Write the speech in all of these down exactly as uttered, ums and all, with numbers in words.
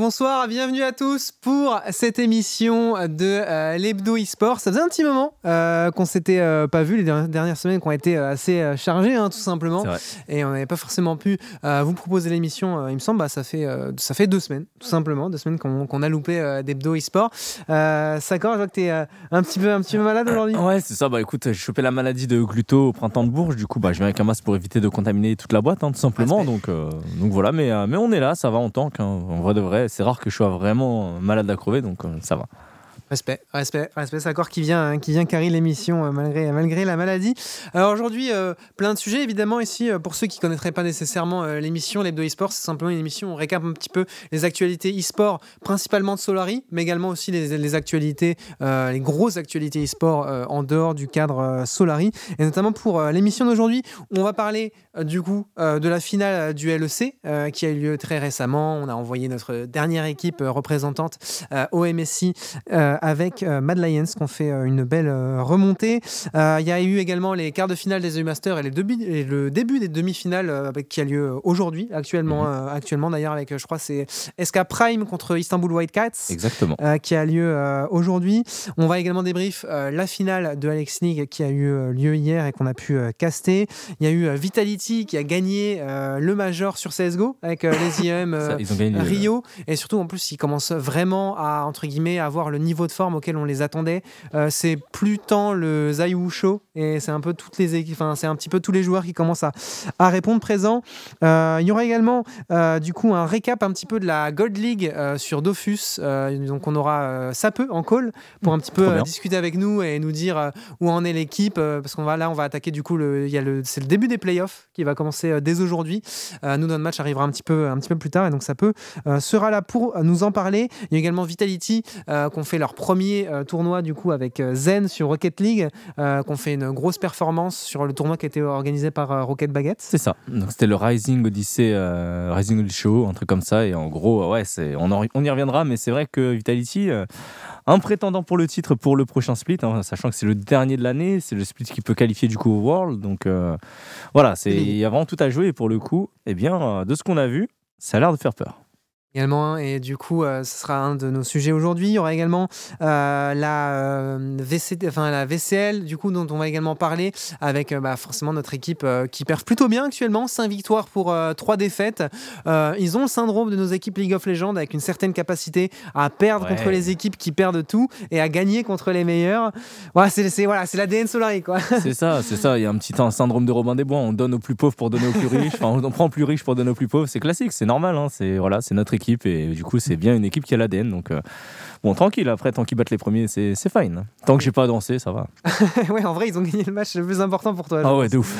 bonsoir, bienvenue à tous pour cette émission de euh, l'Hebdo eSport. Ça faisait un petit moment euh, qu'on s'était euh, pas vu, les dernières, dernières semaines qui ont été euh, assez euh, chargées, hein, tout simplement. Et on n'avait pas forcément pu euh, vous proposer l'émission, euh, il me semble, bah, ça, fait, euh, ça fait deux semaines, tout simplement, deux semaines qu'on, qu'on a loupé euh, d'Hebdo eSport. Euh, Sakor, je vois que t'es euh, un, petit peu, un petit peu malade aujourd'hui. Ouais, c'est ça, bah écoute, j'ai chopé la maladie de gluto au printemps de Bourges, du coup, bah, je viens avec un masque pour éviter de contaminer toute la boîte, hein, tout simplement. Donc, euh, donc voilà, mais, euh, mais on est là, ça va en tank, hein, en vrai de vrai. C'est rare que je sois vraiment malade à crever, donc euh, ça va. Respect, respect, respect, c'est Sakor qui vient, hein, qui vient carrer l'émission euh, malgré, malgré la maladie. Alors aujourd'hui, euh, plein de sujets évidemment ici. Euh, pour ceux qui ne connaîtraient pas nécessairement euh, l'émission, l'Hebdo eSport, c'est simplement une émission où on récap un petit peu les actualités e-sport, principalement de Solary, mais également aussi les, les actualités, euh, les grosses actualités e-sport euh, en dehors du cadre euh, Solary. Et notamment pour euh, l'émission d'aujourd'hui, on va parler euh, du coup euh, de la finale du L E C euh, qui a eu lieu très récemment. On a envoyé notre dernière équipe euh, représentante euh, au M S I euh, avec euh, Mad Lions qui ont fait euh, une belle euh, remontée. Il euh, y a eu également les quarts de finale des E U Masters et, les demi- et le début des demi-finales euh, qui a lieu aujourd'hui, actuellement, euh, actuellement d'ailleurs, avec, je crois, c'est S K Prime contre Istanbul Whitecats. Exactement. Euh, qui a lieu euh, aujourd'hui. On va également débrief euh, la finale de Alex League qui a eu euh, lieu hier et qu'on a pu euh, caster. Il y a eu euh, Vitality qui a gagné euh, le Major sur C S G O avec euh, les I M euh, Ça, ils ont gagné, Rio. Euh... Et surtout, en plus, ils commencent vraiment à, entre guillemets, avoir le niveau de forme auquel on les attendait. Euh, c'est plus tant le Zaiwu Show et c'est un peu toutes les équipes, enfin, c'est un petit peu tous les joueurs qui commencent à, à répondre présent. Euh, il y aura également euh, du coup un récap un petit peu de la Gold League euh, sur Dofus. Euh, donc on aura euh, Sapeux en call pour un petit peu euh, discuter avec nous et nous dire euh, où en est l'équipe euh, parce qu'on va là on va attaquer du coup le, y a le, c'est le début des playoffs qui va commencer euh, dès aujourd'hui. Euh, nous notre match arrivera un petit peu, un petit peu plus tard et donc Sapeux euh, sera là pour nous en parler. Il y a également Vitality euh, qui ont fait leur premier euh, tournoi du coup avec euh, Zen sur Rocket League, euh, qui ont fait une grosse performance sur le tournoi qui a été organisé par euh, Rocket Baguette. C'est ça, donc c'était le Rising Odyssey, euh, Rising Odyssey Show, un truc comme ça, et en gros ouais, c'est, on, en, on y reviendra, mais c'est vrai que Vitality, euh, un prétendant pour le titre pour le prochain split, hein, sachant que c'est le dernier de l'année, c'est le split qui peut qualifier du coup au World, donc euh, voilà, il y a vraiment tout à jouer, et pour le coup, eh bien, euh, de ce qu'on a vu, ça a l'air de faire peur. Également, et du coup, euh, ce sera un de nos sujets aujourd'hui. Il y aura également euh, la, euh, V C, enfin, la V C L, du coup, dont on va également parler, avec euh, bah, forcément notre équipe euh, qui perd plutôt bien actuellement. cinq victoires pour euh, trois défaites. Euh, ils ont le syndrome de nos équipes League of Legends, avec une certaine capacité à perdre ouais. contre les équipes qui perdent tout et à gagner contre les meilleurs. Ouais, c'est, c'est, voilà, c'est l'A D N Solary, quoi. C'est ça, c'est ça. Il y a un petit un syndrome de Robin des Bois. On donne aux plus pauvres pour donner aux plus riches. Enfin, on prend aux plus riches pour donner aux plus pauvres. C'est classique, c'est normal. Hein. C'est, voilà, c'est notre équipe. Et du coup c'est bien une équipe qui a l'A D N, donc euh, bon, tranquille, après tant qu'ils battent les premiers c'est, c'est fine, tant que j'ai pas dansé ça va. Ouais, en vrai ils ont gagné le match le plus important pour toi. Ah ouais, de ouf.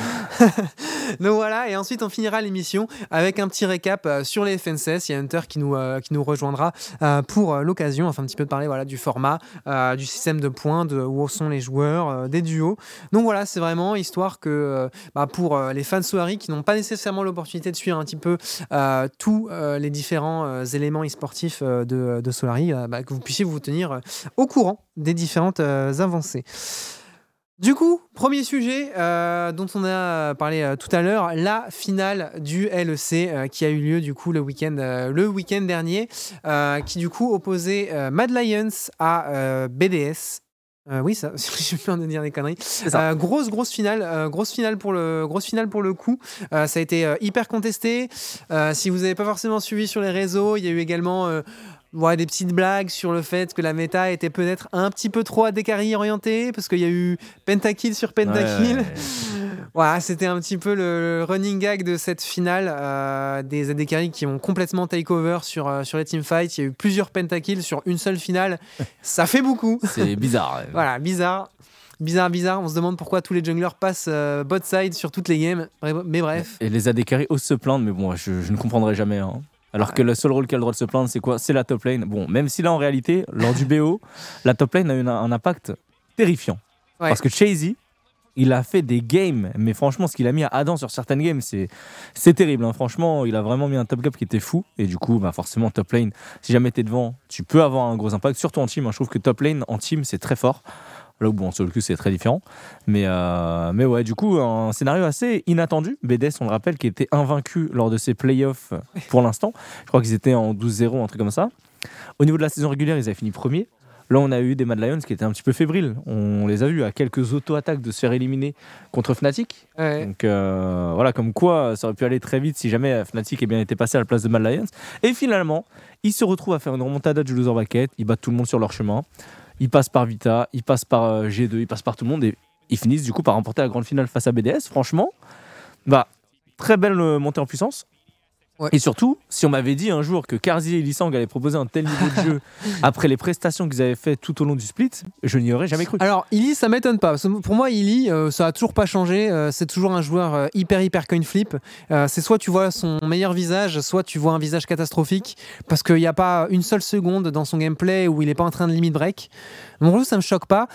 Donc voilà, et ensuite on finira l'émission avec un petit récap euh, sur les F N C S. Il y a Hunter qui nous, euh, qui nous rejoindra euh, pour euh, l'occasion, enfin un petit peu de parler voilà, du format, euh, du système de points, de où sont les joueurs, euh, des duos. Donc voilà, c'est vraiment histoire que euh, bah, pour euh, les fans Solary qui n'ont pas nécessairement l'opportunité de suivre un petit peu euh, tous euh, les différents euh, éléments e-sportifs euh, de, de Solary, euh, bah, que vous puissiez vous tenir euh, au courant des différentes euh, avancées. Du coup, premier sujet euh, dont on a parlé euh, tout à l'heure, la finale du L E C euh, qui a eu lieu du coup le week-end, euh, le week-end dernier, euh, qui du coup opposait euh, Mad Lions à euh, B D S. Euh, oui, ça, je viens de dire des conneries. Euh, grosse, grosse finale, euh, grosse finale pour le, grosse finale pour le coup. Euh, ça a été euh, hyper contesté. Euh, si vous n'avez pas forcément suivi sur les réseaux, il y a eu également euh, ouais, des petites blagues sur le fait que la méta était peut-être un petit peu trop A D carry orientée, parce qu'il y a eu pentakill sur pentakill. Ouais, ouais. Voilà, c'était un petit peu le, le running gag de cette finale, euh, des A D carry qui ont complètement take over sur, euh, sur les teamfights. Il y a eu plusieurs pentakills sur une seule finale. Ça fait beaucoup. C'est bizarre. Ouais. Voilà, bizarre. Bizarre, bizarre. On se demande pourquoi tous les junglers passent euh, bot side sur toutes les games. Mais bref. Et les A D carry osent se plaindre, mais bon, je, je ne comprendrai jamais. Hein. Alors que le seul rôle qui a le droit de se plaindre, c'est quoi ? C'est la top lane. Bon, même si là, en réalité, lors du B O, la top lane a eu un, un impact terrifiant. Ouais. Parce que Chazy, il a fait des games, mais franchement, ce qu'il a mis à Adam sur certaines games, c'est, c'est terrible. Hein. Franchement, il a vraiment mis un top gap qui était fou. Et du coup, bah, forcément, top lane, si jamais t'es devant, tu peux avoir un gros impact, surtout en team. Hein. Je trouve que top lane, en team, c'est très fort. Là où, bon, sur le coup, c'est très différent. Mais, euh, mais ouais, du coup, un scénario assez inattendu. B D S, on le rappelle, qui était invaincu lors de ses playoffs pour l'instant. Je crois qu'ils étaient en douze zéro, un truc comme ça. Au niveau de la saison régulière, ils avaient fini premier. Là, on a eu des Mad Lions qui étaient un petit peu fébriles. On les a vus à quelques auto-attaques de se faire éliminer contre Fnatic. Ouais. Donc euh, voilà, comme quoi ça aurait pu aller très vite si jamais Fnatic eh bien, était passé à la place de Mad Lions. Et finalement, ils se retrouvent à faire une remontada du loser bracket. Ils battent tout le monde sur leur chemin. Ils passent par Vita, ils passent par euh, G deux, ils passent par tout le monde et ils finissent du coup par remporter la grande finale face à B D S. Franchement, bah, très belle euh, montée en puissance. Ouais. Et surtout, si on m'avait dit un jour que Carzzy et Lee Sang allaient proposer un tel niveau de jeu après les prestations qu'ils avaient fait tout au long du split, je n'y aurais jamais cru. Alors, Illy, ça m'étonne pas. Parce que pour moi, Illy, euh, ça a toujours pas changé. Euh, c'est toujours un joueur euh, hyper, hyper coin flip. Euh, c'est soit tu vois son meilleur visage, soit tu vois un visage catastrophique. Parce qu'il n'y a pas une seule seconde dans son gameplay où il n'est pas en train de limit break. Mon jeu, ça me choque pas.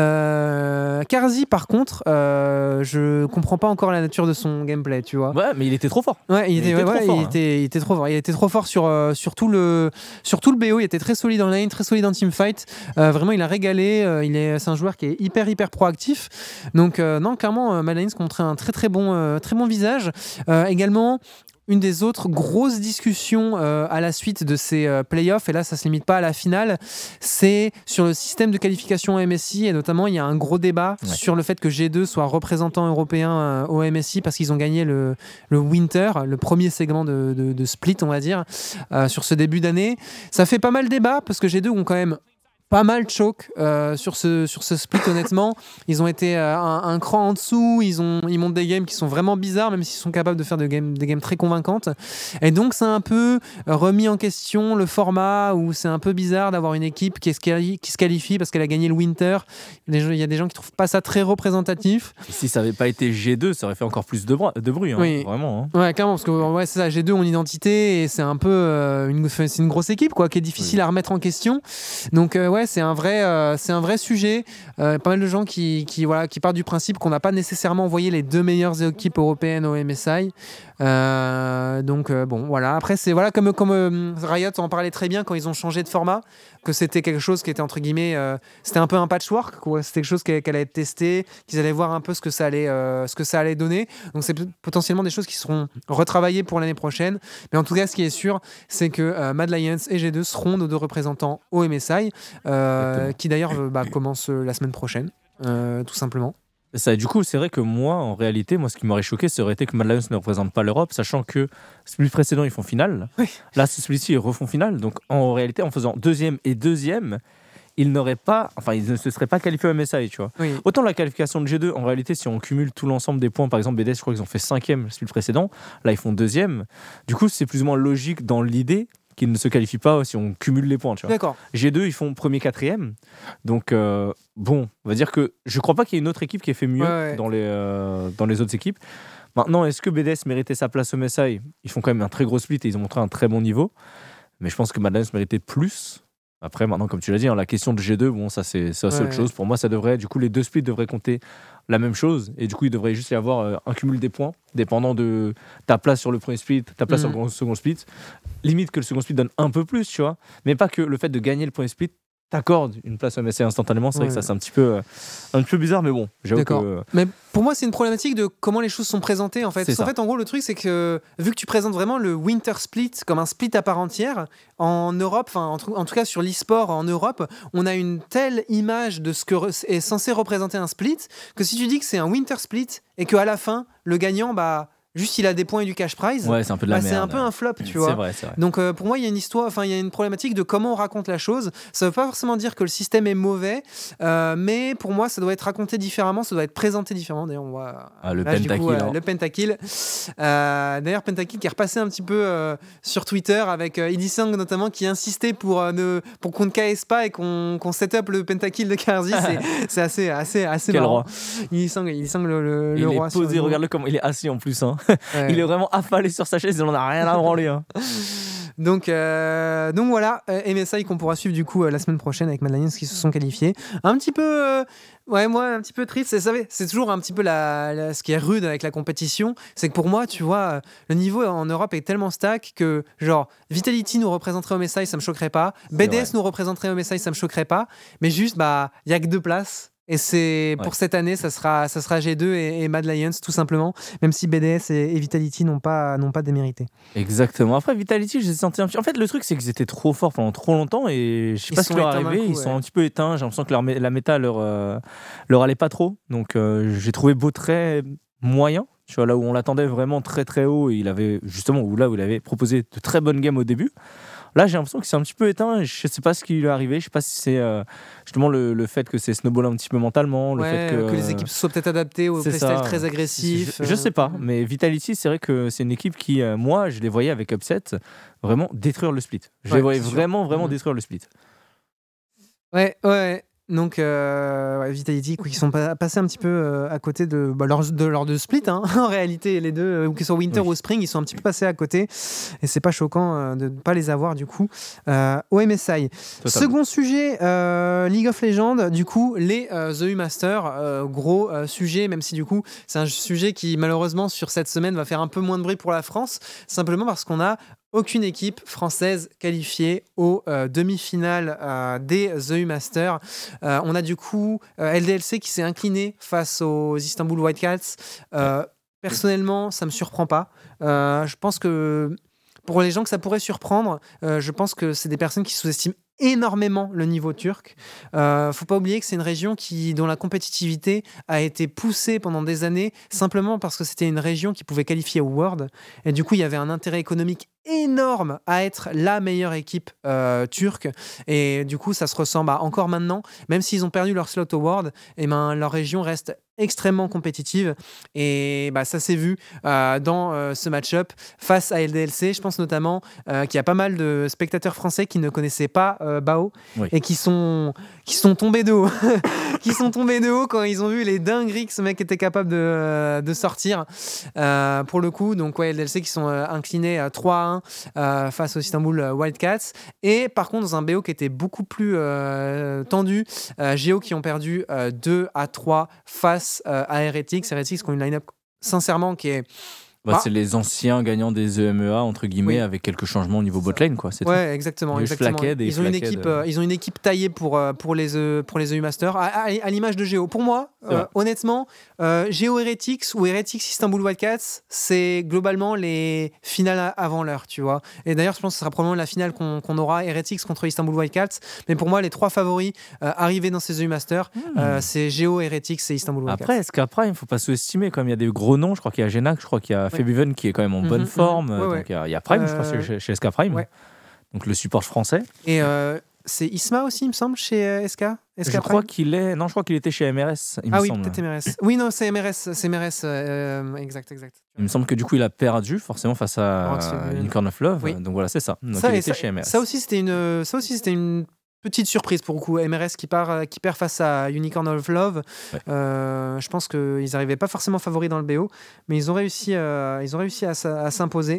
Euh, Carzzy, par contre, euh, je comprends pas encore la nature de son gameplay, tu vois. Ouais, mais il était trop fort. Ouais, il, il était, était ouais, trop ouais, fort, il, hein. était, il était trop fort. Il était trop fort sur, euh, sur, tout le, sur tout le B O. Il était très solide en lane, très solide en teamfight. Euh, vraiment, il a régalé. Euh, il est, c'est un joueur qui est hyper, hyper proactif. Donc, euh, non, clairement, euh, Mad Lions montrait un très, très bon, euh, très bon visage. Euh, également, une des autres grosses discussions euh, à la suite de ces euh, playoffs, et là ça se limite pas à la finale, c'est sur le système de qualification au M S I, et notamment il y a un gros débat ouais. sur le fait que G deux soit représentant européen euh, au M S I parce qu'ils ont gagné le, le Winter, le premier segment de, de, de split on va dire, euh, sur ce début d'année. Ça fait pas mal débat parce que G deux ont quand même pas mal choke euh, sur, ce, sur ce split honnêtement. Ils ont été euh, un, un cran en dessous, ils, ont, ils montent des games qui sont vraiment bizarres même s'ils sont capables de faire de game, des games très convaincantes, et donc c'est un peu remis en question le format où c'est un peu bizarre d'avoir une équipe qui, est, qui se qualifie parce qu'elle a gagné le Winter. Il y a des gens qui trouvent pas ça très représentatif. Si ça avait pas été G deux, ça aurait fait encore plus de, bra- de bruit hein, oui. Vraiment hein. Ouais, clairement, parce que ouais, c'est ça, G deux ont une identité et c'est un peu euh, une, c'est une grosse équipe quoi, qui est difficile oui. à remettre en question, donc euh, ouais, c'est un vrai, euh, c'est un vrai sujet. Euh, pas mal de gens qui, qui, voilà, qui partent du principe qu'on n'a pas nécessairement envoyé les deux meilleures équipes européennes au M S I. Euh, donc euh, bon, voilà. Après, c'est voilà comme comme euh, Riot en parlait très bien quand ils ont changé de format, que c'était quelque chose qui était entre guillemets, euh, c'était un peu un patchwork, quoi. C'était quelque chose qui, qui allait être testé, qu'ils allaient voir un peu ce que ça allait, euh, ce que ça allait donner. Donc c'est potentiellement des choses qui seront retravaillées pour l'année prochaine. Mais en tout cas, ce qui est sûr, c'est que euh, Mad Lions et G deux seront nos deux représentants au M S I. Euh, qui d'ailleurs bah, commence la semaine prochaine, euh, tout simplement. Ça, du coup, c'est vrai que moi, en réalité, moi, ce qui m'aurait choqué, ça aurait été que Mad Lions ne représente pas l'Europe, sachant que split précédent, ils font finale. Oui. Là, ce split-ci, ils refont finale. Donc, en réalité, en faisant deuxième et deuxième, ils n'auraient pas, enfin, ils ne se seraient pas qualifiés au M S I, tu vois. Oui. Autant la qualification de G deux, en réalité, si on cumule tout l'ensemble des points, par exemple, B D S, je crois qu'ils ont fait cinquième le split précédent. Là, ils font deuxième. Du coup, c'est plus ou moins logique dans l'idée qu'ils ne se qualifient pas si on cumule les points. Tu vois. D'accord. G deux, ils font premier, quatrième. Donc, euh, bon, on va dire que je ne crois pas qu'il y ait une autre équipe qui ait fait mieux ouais, ouais. Dans, les, euh, dans les autres équipes. Maintenant, est-ce que B D S méritait sa place au M S I ? Ils font quand même un très gros split et ils ont montré un très bon niveau. Mais je pense que Mad Lions méritait plus. Après, maintenant, comme tu l'as dit, hein, la question de G deux, bon, ça, c'est, c'est ouais, autre chose. Pour moi, ça devrait, du coup, les deux splits devraient compter la même chose. Et du coup, il devrait juste y avoir euh, un cumul des points, dépendant de ta place sur le premier split, ta place mmh. sur le second split. Limite que le second split donne un peu plus, tu vois. Mais pas que le fait de gagner le premier split t'accorde une place au M S I instantanément. C'est ouais. vrai que ça, c'est un petit peu, euh, un petit peu bizarre, mais bon, j'avoue D'accord. que... Mais pour moi, c'est une problématique de comment les choses sont présentées, en fait. C'est en fait, en gros, le truc, c'est que vu que tu présentes vraiment le Winter Split comme un split à part entière, en Europe, enfin, en, en tout cas sur l'e-sport en Europe, on a une telle image de ce que re- est censé représenter un split, que si tu dis que c'est un Winter Split et qu'à la fin, le gagnant, bah... juste il a des points et du cash prize, ouais, c'est un peu de la bah, merde. C'est un peu un flop, tu vois. C'est vrai, c'est vrai. Donc euh, pour moi, il y a une histoire, enfin il y a une problématique de comment on raconte la chose. Ça veut pas forcément dire que le système est mauvais, euh, mais pour moi, ça doit être raconté différemment, ça doit être présenté différemment. D'ailleurs, on voit ah, le là, pentakill, coup, euh, hein. le pentakill. Euh, d'ailleurs, pentakill qui est repassé un petit peu euh, sur Twitter avec euh, Illy Sang notamment qui insistait pour euh, ne pour qu'on ne K S pas et qu'on qu'on set up le pentakill de Carzzy. c'est, c'est assez assez assez Quel marrant. Roi. Illy Sang, Illy Sang le, le, il le est roi. Posé, regarde-le comment il est assis en plus. Hein. Ouais. Il est vraiment affalé sur sa chaise, il en a rien à branler. Hein. Donc, euh, donc voilà, euh, M S I qu'on pourra suivre du coup euh, la semaine prochaine avec Mad Lions qui se sont qualifiés. Un petit peu, euh, ouais, moi un petit peu triste. C'est, c'est, c'est toujours un petit peu la, la, ce qui est rude avec la compétition, c'est que pour moi, tu vois, euh, le niveau en Europe est tellement stack que genre Vitality nous représenterait au M S I, ça me choquerait pas. B D S nous représenterait au M S I, ça me choquerait pas. Mais juste, bah, il y a que deux places. Et c'est pour Ouais. cette année, ça sera, ça sera G deux et, et Mad Lions, tout simplement, même si B D S et, et Vitality n'ont pas, n'ont pas démérité. Exactement. Après, Vitality, je les ai sentis un petit. En fait, le truc, c'est qu'ils étaient trop forts pendant trop longtemps et je sais Ils pas ce sont qui leur est éteints d'un arrivé. coup, Ils sont ouais. un petit peu éteints. J'ai l'impression que leur mé- la méta leur, euh, leur allait pas trop. Donc, euh, j'ai trouvé Beau très moyen. Tu vois, là où on l'attendait vraiment très très haut, et il avait justement, ou là où il avait proposé de très bonnes games au début. Là, j'ai l'impression qu'il s'est un petit peu éteint. Et je sais pas ce qui lui est arrivé. Je sais pas si c'est euh, justement le, le fait que c'est snowball un petit peu mentalement, le Ouais, fait que. euh, que les équipes se soient peut-être adaptées au C'est playstyle ça. très agressif. Je, je euh, sais pas, mhm. mais Vitality, c'est vrai que c'est une équipe qui, euh, moi, je les voyais avec Upset vraiment détruire le split. Je Ouais, les voyais c'est sûr. vraiment, vraiment Mhm. détruire le split. Ouais, ouais, ouais. Donc, euh, ouais, Vitality, qui sont pa- passés un petit peu euh, à côté de, bah, leur, de leur deux split, hein, en réalité, les deux, euh, ou qu'ils soient Winter Oui. ou Spring, ils sont un petit peu passés à côté. Et c'est pas choquant euh, de ne pas les avoir, du coup, euh, au M S I. Totalement. Second sujet, euh, League of Legends, du coup, les euh, The U Masters, euh, gros euh, sujet, même si, du coup, c'est un sujet qui, malheureusement, sur cette semaine, va faire un peu moins de bruit pour la France, simplement parce qu'on a aucune équipe française qualifiée aux euh, demi-finales euh, des The U Masters. Euh, on a du coup euh, L D L C qui s'est incliné face aux Istanbul Whitecaps. Euh, personnellement, ça me surprend pas. Euh, je pense que pour les gens que ça pourrait surprendre, euh, je pense que c'est des personnes qui sous-estiment énormément le niveau turc. Euh, faut pas oublier que c'est une région qui, dont la compétitivité a été poussée pendant des années simplement parce que c'était une région qui pouvait qualifier au World. Et du coup, il y avait un intérêt économique énorme à être la meilleure équipe euh, turque. Et du coup, ça se ressent bah, encore maintenant. Même s'ils ont perdu leur slot au World, et ben, leur région reste extrêmement compétitive. Et bah, ça s'est vu euh, dans euh, ce match-up face à L D L C. Je pense notamment euh, qu'il y a pas mal de spectateurs français qui ne connaissaient pas euh, Bao Oui. et qui sont, qui sont tombés de haut. qui sont tombés de haut quand ils ont vu les dingueries que ce mec était capable de, euh, de sortir. Euh, pour le coup, donc ouais, L D L C qui sont euh, inclinés à trois à un euh, face aux Istanbul Wildcats. Et par contre, dans un B O qui était beaucoup plus euh, tendu, euh, Géo qui ont perdu euh, deux à trois face euh, à Heretics. Heretics qui ont une line-up sincèrement qui est Bah, Ah. c'est les anciens gagnants des E M E A, entre guillemets, Oui. avec quelques changements au niveau botlane, quoi. C'est ouais, exactement, Juste exactement. Flackhead et Ils ont une Flackhead, équipe, euh. euh, ils ont une équipe taillée pour euh, pour les euh, pour les E U Masters, à, à- à l'image de Géo. Pour moi, C'est euh, vrai. honnêtement, euh, Géo Heretics ou Heretics Istanbul Wildcats, c'est globalement les finales a- avant l'heure, tu vois. Et d'ailleurs, je pense que ce sera probablement la finale qu'on qu'on aura, Heretics contre Istanbul Wildcats. Mais pour moi, les trois favoris euh, arrivés dans ces E U Masters, euh, c'est Géo, Heretics et Istanbul Wildcats. Après, S K Prime, faut pas sous-estimer, quand même, il y a des gros noms. Je crois qu'il y a Genac, je crois qu'il y a Febiven qui est quand même en Mhm, bonne mhm. forme. Ouais, donc ouais. il y a- il y, a Prime, je crois, Euh, chez, chez S K Prime. ouais. Donc le support français. Et euh, c'est Isma aussi, il me semble, chez euh, S K. S K Je crois Prime. qu'il est. Non, je crois qu'il était chez M R S. Il Ah me oui, semble. peut-être M R S. Oui, non, c'est M R S. C'est M R S. euh, exact, exact. Il me semble que du coup, il a perdu forcément face à Roxy. Unicorn of Love. Oui. Donc voilà, c'est ça. Donc Ça, il et était ça, chez M R S. ça aussi, c'était une, ça aussi, c'était une petite surprise pour le coup. M R S qui, part, euh, qui perd face à Unicorn of Love. Ouais. Euh, je pense qu'ils n'arrivaient pas forcément favoris dans le B O, mais ils ont réussi, euh, ils ont réussi à, s- à s'imposer.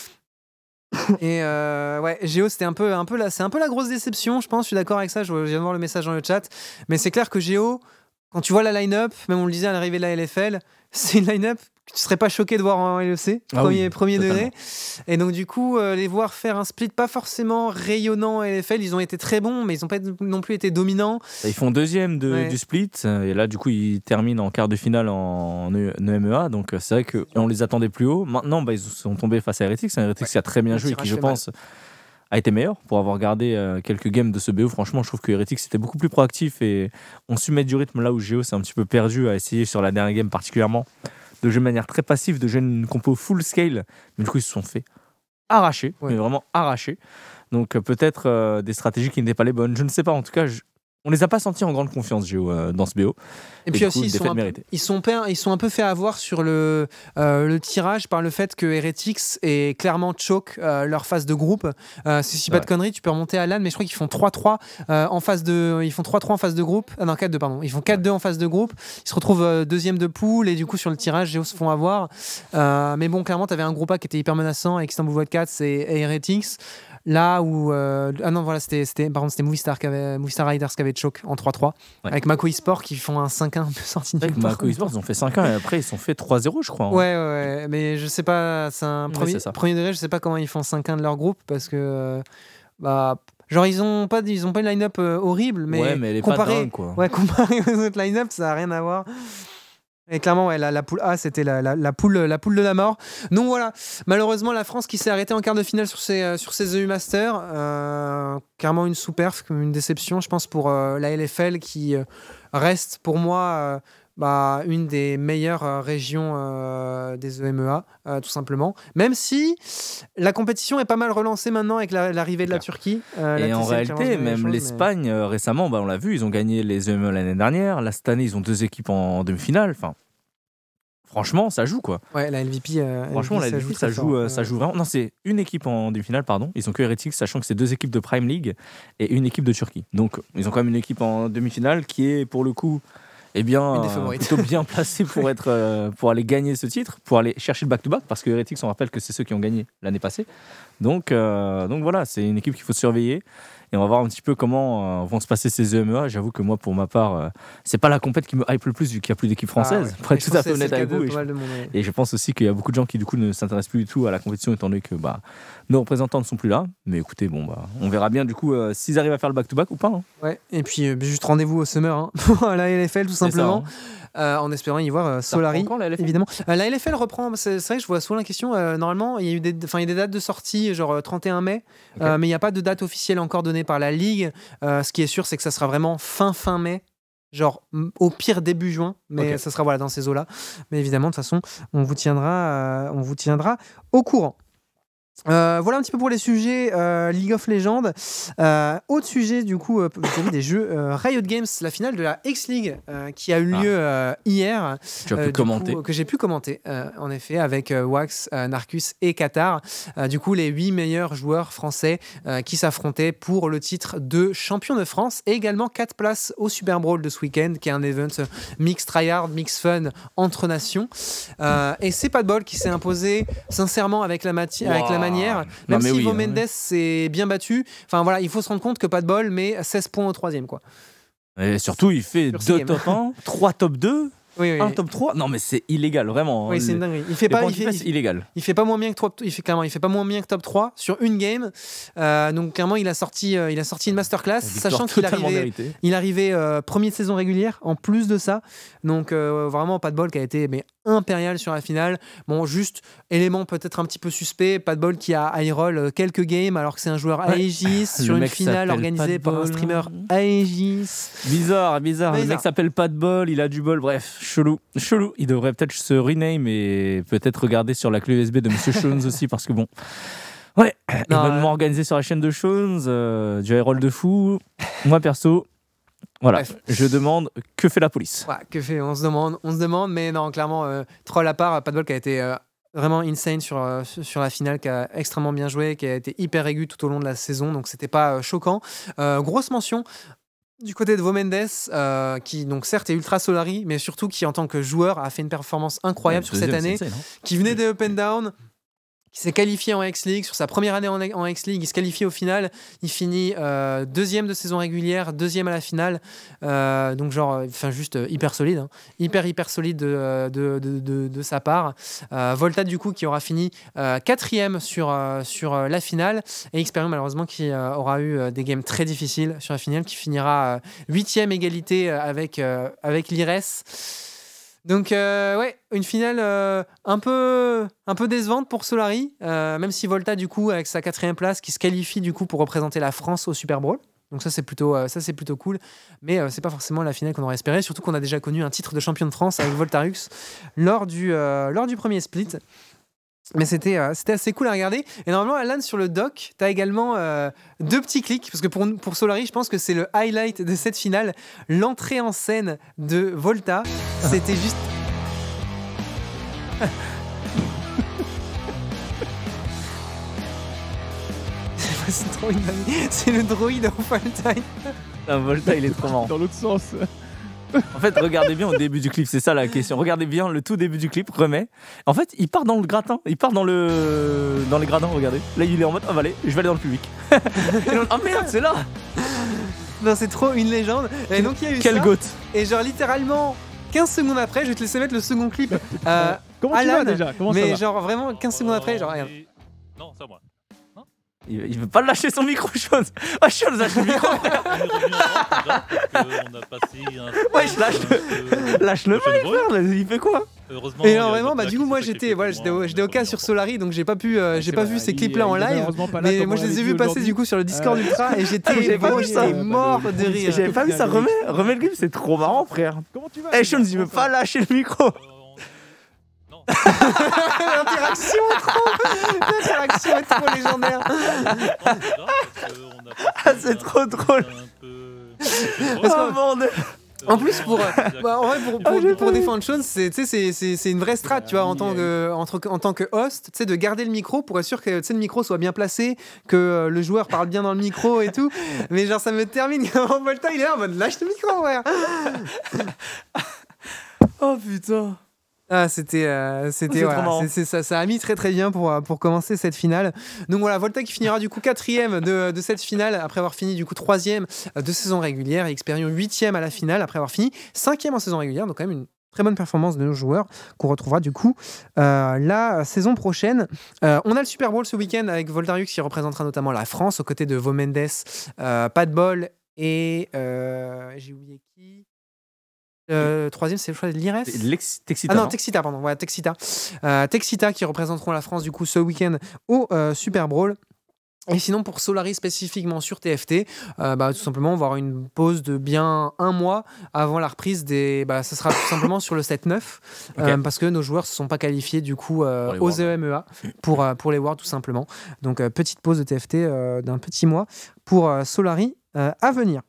Et euh, ouais, Géo, c'était un peu, un peu la, c'est un peu la grosse déception, je pense. Je suis d'accord avec ça. Je viens de voir le message dans le chat, mais c'est clair que Géo, quand tu vois la line-up, même on le disait à l'arrivée de la L F L, c'est une line-up que tu serais pas choqué de voir en L E C, Ah premier, oui, premier totalement. degré. Et donc du coup, euh, les voir faire un split pas forcément rayonnant en L F L, ils ont été très bons, mais ils ont pas non plus été dominants. Ils font deuxième de, Ouais. du split. Et là, du coup, ils terminent en quart de finale en E M E A. Donc euh, c'est vrai qu'on les attendait plus haut. Maintenant, bah, ils sont tombés face à Heretics. Un Heretics Ouais. qui a très bien Le joué et tirage qui, je fait pense, a été meilleur pour avoir gardé euh, quelques games de ce B O. Franchement, je trouve que Heretics était beaucoup plus proactif et on su mettre du rythme là où Géo s'est un petit peu perdu à essayer sur la dernière game particulièrement de jouer de manière très passive, de jouer une compo full scale. Mais du coup, ils se sont fait arracher, Ouais. mais vraiment arracher. Donc euh, peut-être euh, des stratégies qui n'étaient pas les bonnes. Je ne sais pas. En tout cas, je... on les a pas sentis en grande confiance, Géo, euh, dans ce B O. Et puis du aussi, coup, ils, sont défaite un peu, méritée. ils, sont per- ils sont un peu fait avoir sur le, euh, le tirage par le fait que Heretics est clairement choke euh, leur phase de groupe. Euh, si je dis pas Ouais. de conneries, tu peux remonter à LAN, mais je crois qu'ils font trois trois euh, en phase de. Ils font trois trois en phase de groupe. Ah non, quatre deux, pardon. Ils font quatre deux en phase de groupe. Ils se retrouvent euh, deuxième de poule et du coup, sur le tirage, Géo se font avoir. Euh, mais bon, clairement, tu avais un groupe A qui était hyper menaçant avec Istanbul Wildcats et, et Heretics. Là où. euh, ah non, voilà, c'était, c'était, par contre, c'était Movistar, qui avait, Movistar Riders qui avait choke en trois trois. Ouais. Avec Mako Esport qui font un cinq un un peu sorti de Avec nulle part. Mako Esports, ils ont fait cinq un et après, ils se sont fait trois zéro, je crois. hein. Ouais, ouais, ouais, mais je sais pas, c'est un Ouais, premier, c'est ça. premier degré, je sais pas comment ils font cinq un de leur groupe parce que euh, bah, genre ils ont pas, ils ont pas une line-up euh, horrible, mais, ouais, mais elle est comparé, pas dingue, quoi. Ouais, comparé aux autres line-up, ça n'a rien à voir. Et clairement, ouais, la, la poule A, c'était la, la, la, poule, la poule de la mort. Donc voilà, malheureusement, la France qui s'est arrêtée en quart de finale sur ses, euh, sur ses E U Masters. Euh, clairement une sous-perf, une déception, je pense, pour euh, la L F L qui euh, reste pour moi euh, bah, une des meilleures euh, régions euh, des E M E A, euh, tout simplement. Même si la compétition est pas mal relancée maintenant avec la, l'arrivée de la Turquie. Euh, Et en réalité, même choses, l'Espagne, mais... euh, récemment, bah, on l'a vu, ils ont gagné les E M E A l'année dernière. Là, cette année, ils ont deux équipes en, en demi-finale. Enfin, franchement, ça joue, quoi. Ouais, la L V P, euh, franchement, L V P, la L V P, ça joue, ça joue, euh, ça joue vraiment. Non, c'est une équipe en demi-finale, pardon. Ils ont que Heretics, sachant que c'est deux équipes de Prime League et une équipe de Turquie. Donc, ils ont quand même une équipe en demi-finale qui est, pour le coup, eh bien, euh, plutôt bien placée pour, être, euh, pour aller gagner ce titre, pour aller chercher le back-to-back, parce que Heretics, on rappelle que c'est ceux qui ont gagné l'année passée. Donc, euh, donc voilà, c'est une équipe qu'il faut surveiller. Et on va voir un petit peu comment euh, vont se passer ces E M E A. J'avoue que moi, pour ma part, euh, c'est pas la compète qui me hype le plus vu qu'il n'y a plus d'équipe française. Ah ouais. Pour être tout à fait honnête avec vous. Et je, monde, ouais. et je pense aussi qu'il y a beaucoup de gens qui du coup ne s'intéressent plus du tout à la compétition étant donné que bah, nos représentants ne sont plus là. Mais écoutez, bon bah, on verra bien du coup euh, s'ils arrivent à faire le back-to-back ou pas. Hein. Ouais. Et puis euh, juste rendez-vous au Summer hein, pour la L F L tout simplement. Ça, hein. Euh, en espérant y voir euh, Solari, quand, la L F L évidemment. Euh, la L F L reprend, c'est, c'est vrai que je vois souvent la question, euh, normalement, il y a eu des, il y a des dates de sortie, genre euh, trente et un mai, okay. euh, mais il n'y a pas de date officielle encore donnée par la Ligue. Euh, ce qui est sûr, c'est que ça sera vraiment fin fin mai, genre au pire début juin, mais okay. ça sera voilà, dans ces eaux-là. Mais évidemment, de toute façon, on vous tiendra, euh, on vous tiendra au courant. Euh, voilà un petit peu pour les sujets euh, League of Legends. Euh, autre sujet du coup, euh, des jeux euh, Riot Games, la finale de la X-League euh, qui a eu lieu euh, hier. Tu as pu commenter. Coup, que j'ai pu commenter, euh, en effet, avec euh, Wax, euh, Narcus et Qatar. Euh, du coup, les huit meilleurs joueurs français euh, qui s'affrontaient pour le titre de champion de France et également quatre places au Super Bowl de ce week-end, qui est un event mix tryhard, mix fun entre nations. Euh, et c'est Pat Ball qui s'est imposé sincèrement avec la, mati- wow. avec la manière. Même non, si oui, Ivo Mendes s'est bien battu, enfin voilà, il faut se rendre compte que Pat Ball met seize points au troisième quoi. Et surtout, il fait deux top un, trois top deux. Oui, oui, un oui. top trois. Non mais c'est illégal vraiment. Oui, c'est une dinguerie. Il fait pas il fait, il fait, illégal. Il fait pas moins bien que top, il fait clairement, il fait pas moins bien que top trois sur une game. Euh, donc clairement, il a sorti euh, il a sorti une masterclass sachant qu'il arrivait il arrivait euh, premier de saison régulière en plus de ça. Donc euh, vraiment Pat Ball qui a été mais impérial sur la finale. Bon, juste élément peut-être un petit peu suspect, Pat Ball qui a high roll quelques games alors que c'est un joueur Aegis sur une finale organisée par un streamer Aegis. Bizarre, bizarre. Le mec s'appelle Pat Ball, il a du bol, bref, chelou, chelou. Il devrait peut-être se rename et peut-être regarder sur la clé U S B de Monsieur Shones aussi parce que bon. Ouais, non, événement euh... organisé sur la chaîne de Shones, euh, du high roll de fou. Moi perso, voilà, bref. Je demande que fait la police. Ouais, que fait on se demande, on se demande, mais non, clairement, euh, troll à part, Pat Ball qui a été euh, vraiment insane sur, euh, sur la finale, qui a extrêmement bien joué, qui a été hyper aigu tout au long de la saison, donc c'était pas euh, choquant. Euh, grosse mention du côté de Vo Mendes, euh, qui donc certes est ultra Solari, mais surtout qui en tant que joueur a fait une performance incroyable ouais, sur cette année, insane, qui venait de Up and Down, qui s'est qualifié en X-League. Sur sa première année en, en X-League, il se qualifie au final. Il finit euh, deuxième de saison régulière, deuxième à la finale. Euh, donc, genre, enfin, juste euh, hyper solide. Hein. Hyper, hyper solide de, de, de, de, de sa part. Euh, Volta, du coup, qui aura fini euh, quatrième sur, euh, sur euh, la finale. Et Xperion, malheureusement, qui euh, aura eu euh, des games très difficiles sur la finale, qui finira euh, huitième égalité avec, euh, avec l'I R E S. Donc euh, ouais, une finale euh, un peu un peu décevante pour Solari, euh, même si Volta du coup avec sa quatrième place qui se qualifie du coup pour représenter la France au Super Bowl. Donc ça c'est plutôt euh, ça c'est plutôt cool, mais euh, c'est pas forcément la finale qu'on aurait espéré, surtout qu'on a déjà connu un titre de champion de France avec Voltarux lors du euh, lors du premier split. Mais c'était, euh, c'était assez cool à regarder. Et normalement, Alan, sur le doc, tu as également euh, deux petits clics. Parce que pour, pour Solari, je pense que c'est le highlight de cette finale. L'entrée en scène de Volta. C'était juste... c'est, trop une... c'est le droïde en fall time. Ah, Volta, il est trop marrant. Dans l'autre sens. En fait, regardez bien au début du clip, c'est ça la question. Regardez bien le tout début du clip, remet. En fait, il part dans le gratin, il part dans le dans les gradins, regardez. Là, il est en mode, ah, bah, allez, je vais aller dans le public. Ah oh, merde, c'est là. Non, c'est trop une légende. Et donc, il y a eu Quel ça. goat. Et genre, littéralement, quinze secondes après, je vais te laisser mettre le second clip. Euh, Comment Alan, tu vas déjà Comment mais ça va genre, vraiment, quinze secondes après, genre, regarde. Non, c'est à moi. Non Il, il veut pas lâcher son micro, Sean. Ah, Sean, lâche le micro, frère. On est revenu en France, déjà, parce qu'on a passé un... Ouais, je lâche le... Lâche le mic, frère. Il fait quoi? Heureusement, Et il y a non, le vraiment, bah, Black du qui coup, moi s'est j'étais sacrifié voilà, pour j'étais moi, au, on j'étais est au cas revenu sur en France. Solari, donc j'ai pas pu, euh, j'ai C'est pas vrai, vu ces il- clips-là en il est live. malheureusement pas là Mais comme moi on je les ai l'avait vus dit passer aujourd'hui. du coup sur le Discord Euh, Ultra et Ah, j'étais j'avais pas vraiment, vu ça. j'étais mort de Bah, rire. J'avais pas vu ça. Remets, remets le clip, c'est trop marrant, frère. Comment tu vas? Eh, Sean, il veut pas lâcher le micro. Euh, on- Non. L'interaction est trop, l'interaction est trop légendaire. Non, déjà, parce qu'on a passé Ah, c'est un trop peu- drôle. un peu- Parce Oh, bordel. En plus, pour, euh, bah, en vrai, pour, pour, Ah, j'ai pour pas vu. défendre Sean, c'est, tu sais, c'est, c'est, c'est une vraie strat, tu vois, en tant que, entre, en tant que host, tu sais, de garder le micro pour être sûr que tu sais, le micro soit bien placé, que euh, le joueur parle bien dans le micro et tout. Mais genre, ça me termine quand Volta, il est là en mode lâche le micro, ouais. Oh putain. Ah, c'était, euh, c'était, C'est voilà, trop marrant. c'est- c'est- ça, ça a mis très très bien pour, euh, pour commencer cette finale. Donc voilà, Volta qui finira du coup quatrième de, de cette finale après avoir fini du coup troisième de saison régulière et Experion huitième à la finale après avoir fini cinquième en saison régulière. Donc quand même une très bonne performance de nos joueurs qu'on retrouvera du coup euh, la saison prochaine. Euh, on a le Super Bowl ce week-end avec Voltarius qui représentera notamment la France aux côtés de Vomendes, euh, Pat Ball et euh, j'ai oublié qui. Euh, troisième, c'est le choix de l'I R S. Lex- Texita, Ah non, non Texita, pardon. Ouais, Texita. Euh, Texita qui représenteront la France du coup ce week-end au euh, Super Bowl. Et sinon, pour Solari spécifiquement sur T F T, euh, bah, tout simplement, on va avoir une pause de bien un mois avant la reprise des. Bah, ça sera tout simplement sur le sept neuf, euh, Ok. parce que nos joueurs ne se sont pas qualifiés du coup euh, Pour les aux Worlds. E M E A pour, euh, pour les Worlds tout simplement. Donc, euh, petite pause de T F T euh, d'un petit mois pour euh, Solari euh, à venir.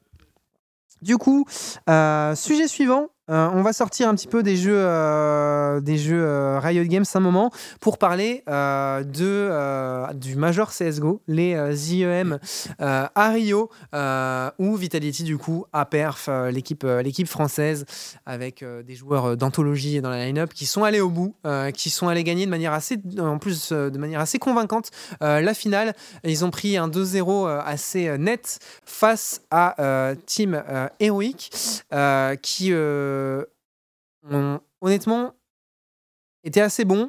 Du coup, euh, sujet suivant. Euh, on va sortir un petit peu des jeux, euh, des jeux euh, Riot Games un moment pour parler euh, de, euh, du Major C S G O, les euh, I E M euh, à Rio, euh, où Vitality du coup a perf euh, l'équipe, euh, l'équipe française avec euh, des joueurs euh, d'anthologie dans la line-up qui sont allés au bout, euh, qui sont allés gagner de manière assez, en plus euh, de manière assez convaincante euh, la finale. Ils ont pris un deux zéro euh, assez euh, net face à euh, Team euh, Heroic euh, qui euh, on- honnêtement était assez bon.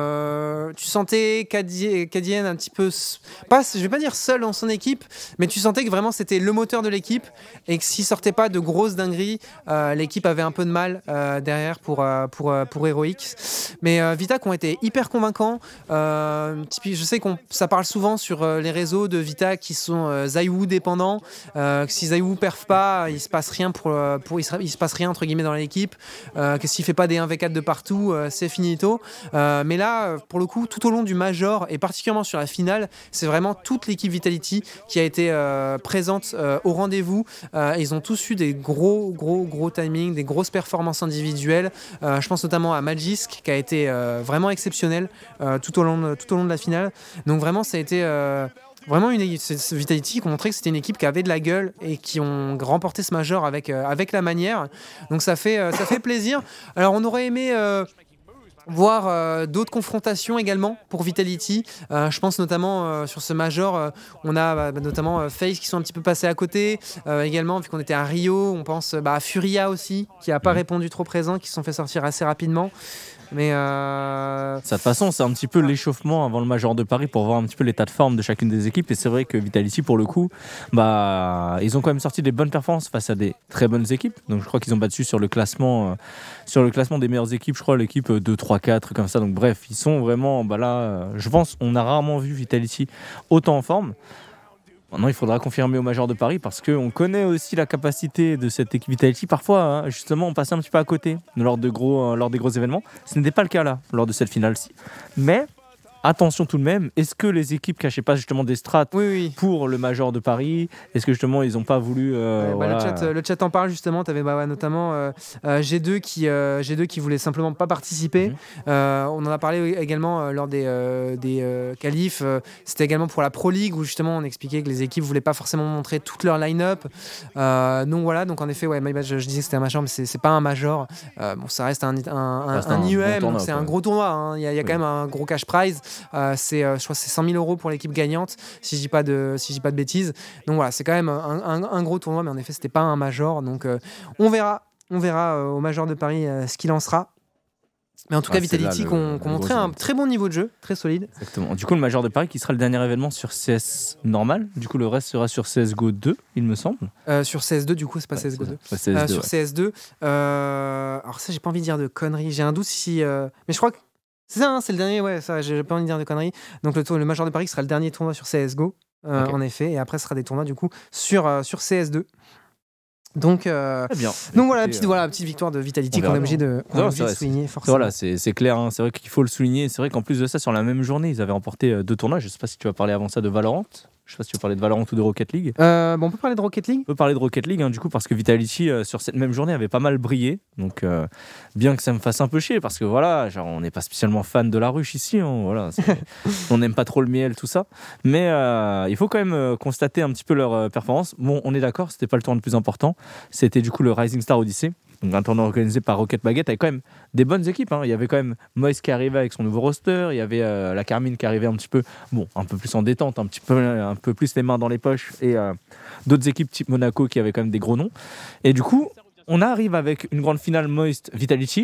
Euh, tu sentais Cadie- Cadienne un petit peu, s- pas, je vais pas dire seul dans son équipe, mais tu sentais que vraiment c'était le moteur de l'équipe et que s'il sortait pas de grosses dingueries, euh, l'équipe avait un peu de mal euh, derrière pour, euh, pour, euh, pour Heroic. Mais euh, Vita qui ont été hyper convaincants. Euh, typique- je sais que ça parle souvent sur euh, les réseaux de Vita qui sont euh, Zaiwu dépendants. Euh, que si Zaiwu perf pas, il se passe rien pour, euh, pour il, se, il se passe rien entre guillemets dans l'équipe. Euh, que s'il fait pas des un v quatre de partout, euh, c'est finito. Euh, mais là, pour le coup, tout au long du Major et particulièrement sur la finale, c'est vraiment toute l'équipe Vitality qui a été euh, présente euh, au rendez-vous. Euh, ils ont tous eu des gros, gros, gros timings, des grosses performances individuelles. Euh, je pense notamment à Magisk qui a été euh, vraiment exceptionnel euh, tout, au long de, tout au long de la finale. Donc vraiment, ça a été... Euh, Vraiment, une, c'est- c'est Vitality qui ont montré que c'était une équipe qui avait de la gueule et qui ont remporté ce Major avec, euh, avec la manière. Donc ça fait, euh, ça fait plaisir. Alors on aurait aimé... Euh, voir euh, d'autres confrontations également pour Vitality. Euh, je pense notamment euh, sur ce Major, euh, on a bah, notamment euh, FaZe qui sont un petit peu passés à côté. Euh, également, vu qu'on était à Rio, on pense bah, à Furia aussi, qui n'a pas Mhm. répondu trop présent, qui se sont fait sortir assez rapidement. Mais euh, Ça, de toute façon, c'est un petit peu l'échauffement avant le Major de Paris pour voir un petit peu l'état de forme de chacune des équipes. Et c'est vrai que Vitality, pour le coup, bah, ils ont quand même sorti des bonnes performances face à des très bonnes équipes. Donc je crois qu'ils ont battu sur le classement, euh, sur le classement des meilleures équipes, je crois l'équipe deux, trois, quatre, comme ça. Donc bref, ils sont vraiment bah là. euh, je pense on a rarement vu Vitality autant en forme. Maintenant, il faudra confirmer au Major de Paris parce qu'on connaît aussi la capacité de cette équipe Vitality. Parfois, hein, justement, on passait un petit peu à côté lors, de gros, euh, lors des gros événements. Ce n'était pas le cas là, lors de cette finale-ci. Mais attention tout de même, est-ce que les équipes cachaient pas justement des strats oui, oui. pour le Major de Paris? Est-ce que justement, ils n'ont pas voulu... euh, Ouais, bah, voilà, le, chat, euh, le chat en parle justement. Tu avais bah, ouais, notamment euh, euh, G deux qui, euh, G deux qui voulait simplement pas participer. Mhm. Euh, on en a parlé également euh, lors des, euh, des euh, qualifs. Euh, c'était également pour la Pro League où justement on expliquait que les équipes voulaient pas forcément montrer toute leur line-up. Euh, donc voilà, donc en effet, ouais, my bad, je, je disais que c'était un major, mais c'est, c'est pas un major. Euh, bon, ça reste un, un, un, reste un un I E M, bon donc tournoi, c'est quoi. un gros tournoi. hein. Il y a, il y a quand Oui. même un gros cash prize. Euh, c'est, euh, je crois que c'est cent mille euros pour l'équipe gagnante, si je dis pas de, si je dis pas de bêtises. Donc voilà, c'est quand même un, un, un gros tournoi, mais en effet, c'était pas un major. Donc euh, on verra, on verra euh, au Major de Paris euh, ce qu'il en sera. Mais en tout cas, Ah, c'est là Vitality le- qui ont le qui ont montré gros un event. très bon niveau de jeu, très solide. Exactement. Du coup, le Major de Paris qui sera le dernier événement sur C S normal. Du coup, le reste sera sur C S G O deux, il me semble. Euh, sur C S deux, du coup, c'est pas Ouais, C S G O c'est deux. ça. Ouais, C S deux, Euh, ouais. sur C S deux, euh, alors ça, j'ai pas envie de dire de conneries. J'ai un doute si. euh, Mais je crois que. C'est ça, hein, c'est le dernier, ouais, ça, j'ai pas envie de dire de conneries. Donc le, tour- le Major de Paris sera le dernier tournoi sur C S G O, euh, Ok. en effet, et après, ce sera des tournois, du coup, sur, euh, sur C S deux. Donc, euh, Très bien. donc voilà, la Écoutez, petite, euh, voilà, la petite victoire de Vitality on qu'on est verra obligé bien. de, qu'on Non, est obligé c'est de vrai, souligner, forcément. Voilà, c'est c'est clair, hein. C'est vrai qu'il faut le souligner. C'est vrai qu'en plus de ça, sur la même journée, ils avaient remporté euh, deux tournois. Je sais pas si tu vas parler avant ça de Valorant. Je sais pas si tu veux parler de Valorant ou de Rocket League. Euh, bon, on peut parler de Rocket League. On peut parler de Rocket League, hein, du coup, parce que Vitality, euh, sur cette même journée, avait pas mal brillé. Donc, euh, bien que ça me fasse un peu chier, parce que voilà, genre, on n'est pas spécialement fan de la ruche ici. Hein, voilà, c'est- on n'aime pas trop le miel, tout ça. Mais euh, il faut quand même euh, constater un petit peu leur euh, performance. Bon, on est d'accord, c'était pas le tournoi le plus important. C'était du coup le Rising Star Odyssey. Donc, un tournoi organisé par Rocket Baguette avec quand même des bonnes équipes. Hein. Il y avait quand même Moïse qui arrivait avec son nouveau roster. Il y avait euh, la Carmine qui arrivait un petit peu, bon, un peu plus en détente, un petit peu, un peu plus les mains dans les poches. Et euh, d'autres équipes type Monaco qui avaient quand même des gros noms. Et du coup, on arrive avec une grande finale Moist Vitality.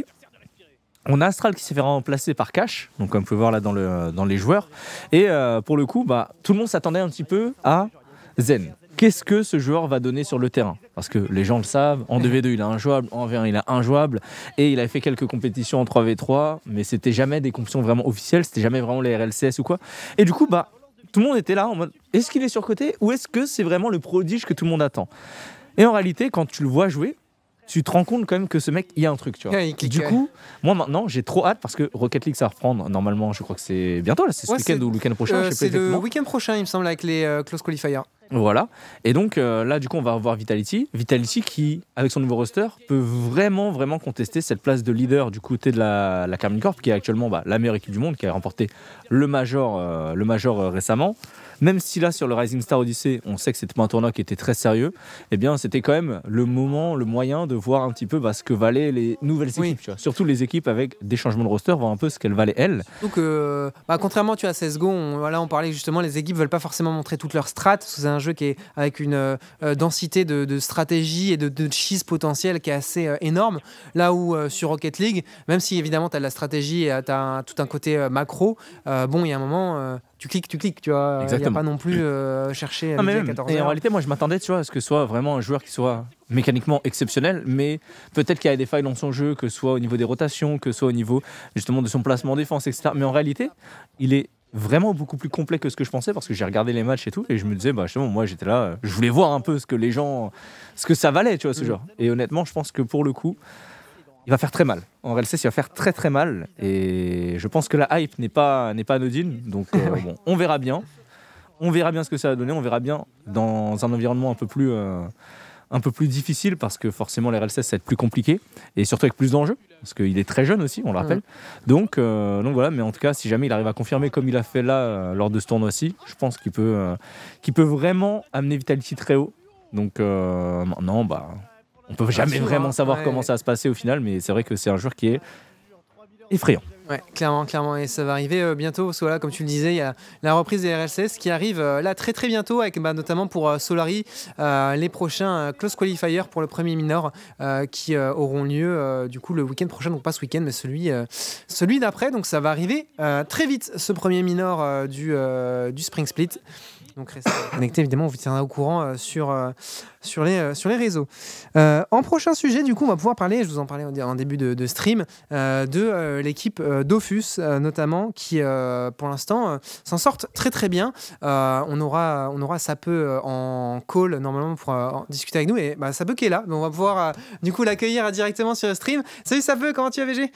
On a Astral qui s'est fait remplacer par Cash, donc comme vous pouvez voir là dans, le, dans les joueurs. Et euh, pour le coup, bah, tout le monde s'attendait un petit peu à Zen. Qu'est-ce que ce joueur va donner sur le terrain? Parce que les gens le savent, en deux v deux il est injouable, en v un il est injouable, et il a fait quelques compétitions en trois v trois, mais c'était jamais des compétitions vraiment officielles, c'était jamais vraiment les R L C S ou quoi. Et du coup, bah, tout le monde était là en mode, est-ce qu'il est surcoté ou est-ce que c'est vraiment le prodige que tout le monde attend? Et en réalité, quand tu le vois jouer, tu te rends compte quand même que ce mec, il y a un truc, tu vois. Ouais, il clique, Du ouais. coup, moi maintenant, j'ai trop hâte parce que Rocket League, ça va reprendre. Normalement, je crois que c'est bientôt, là, c'est ce Ouais, week-end c'est- ou le week-end prochain, Euh, je sais c'est pas le exactement. week-end prochain, il me semble, avec les euh, close qualifiers. Voilà. Et donc euh, là, du coup, on va revoir Vitality. Vitality qui, avec son nouveau roster, peut vraiment, vraiment contester cette place de leader du côté de la, la Carmine Corp, qui est actuellement bah, la meilleure équipe du monde, qui a remporté le Major, euh, le Major euh, récemment. Même si là, sur le Rising Star Odyssey, on sait que c'était pas un tournoi qui était très sérieux, eh bien, c'était quand même le moment, le moyen de voir un petit peu bah, ce que valaient les nouvelles équipes. Oui. Tu vois. Surtout les équipes avec des changements de roster, voir un peu ce qu'elles valaient elles. Donc, euh, bah, contrairement tu vois, à C S G O, on, voilà, on parlait justement, les équipes veulent pas forcément montrer toute leur strat, parce que c'est un jeu qui est avec une euh, euh, densité de, de stratégie et de, de cheese potentiel qui est assez euh, énorme. Là où euh, sur Rocket League, même si évidemment tu as de la stratégie et tu as tout un côté euh, macro, euh, bon, il y a un moment, euh, tu cliques, tu cliques, tu vois. Il n'y a Exactement. pas non plus euh, chercher à Ah, mais midi à même. quatorze Et en heures. réalité, moi, je m'attendais, tu vois, à ce que ce soit vraiment un joueur qui soit mécaniquement exceptionnel, mais peut-être qu'il y a des failles dans son jeu, que ce soit au niveau des rotations, que ce soit au niveau justement de son placement en défense, et cetera. Mais en réalité, il est vraiment beaucoup plus complet que ce que je pensais, parce que j'ai regardé les matchs et tout, et je me disais, bah justement, moi j'étais là, euh, je voulais voir un peu ce que les gens, ce que ça valait, tu vois, ce Mm. genre. Et honnêtement, je pense que pour le coup, il va faire très mal. En R L C S, il va faire très très mal, et je pense que la hype n'est pas, n'est pas anodine, donc euh, Ouais. bon, on verra bien. On verra bien ce que ça va donner, on verra bien dans un environnement un peu plus, euh, un peu plus difficile, parce que forcément les R L C S ça va être plus compliqué, et surtout avec plus d'enjeux, parce qu'il est très jeune aussi, on le rappelle. Donc, euh, donc voilà, mais en tout cas, si jamais il arrive à confirmer comme il a fait là euh, lors de ce tournoi-ci, je pense qu'il peut, euh, qu'il peut vraiment amener Vitality très haut. Donc euh, maintenant, bah, on peut jamais sûr, vraiment hein. savoir Ouais. comment ça va se passer au final, mais c'est vrai que c'est un joueur qui est effrayant. Ouais, clairement, clairement, et ça va arriver euh, bientôt, parce que voilà, comme tu le disais, il y a la reprise des R L C S qui arrive euh, là très très bientôt, avec bah, notamment pour euh, Solari, euh, les prochains euh, close qualifiers pour le premier minor euh, qui euh, auront lieu euh, du coup le week-end prochain, donc pas ce week-end, mais celui, euh, celui d'après, donc ça va arriver euh, très vite, ce premier minor euh, du, euh, du Spring Split. Donc restez connectés, évidemment, on vous tiendra au courant euh, sur, euh, sur, les, euh, sur les réseaux. Euh, en prochain sujet, du coup, on va pouvoir parler, je vous en parlais en, en début de, de stream, euh, de euh, l'équipe euh, Dofus, euh, notamment, qui, euh, pour l'instant, euh, s'en sortent très très bien. Euh, on aura, on aura Sapeu euh, en call, normalement, pour euh, en discuter avec nous. Et bah, Sapeu qui est là, donc on va pouvoir, euh, du coup, l'accueillir directement sur le stream. Salut Sapeu, comment tu vas, V G?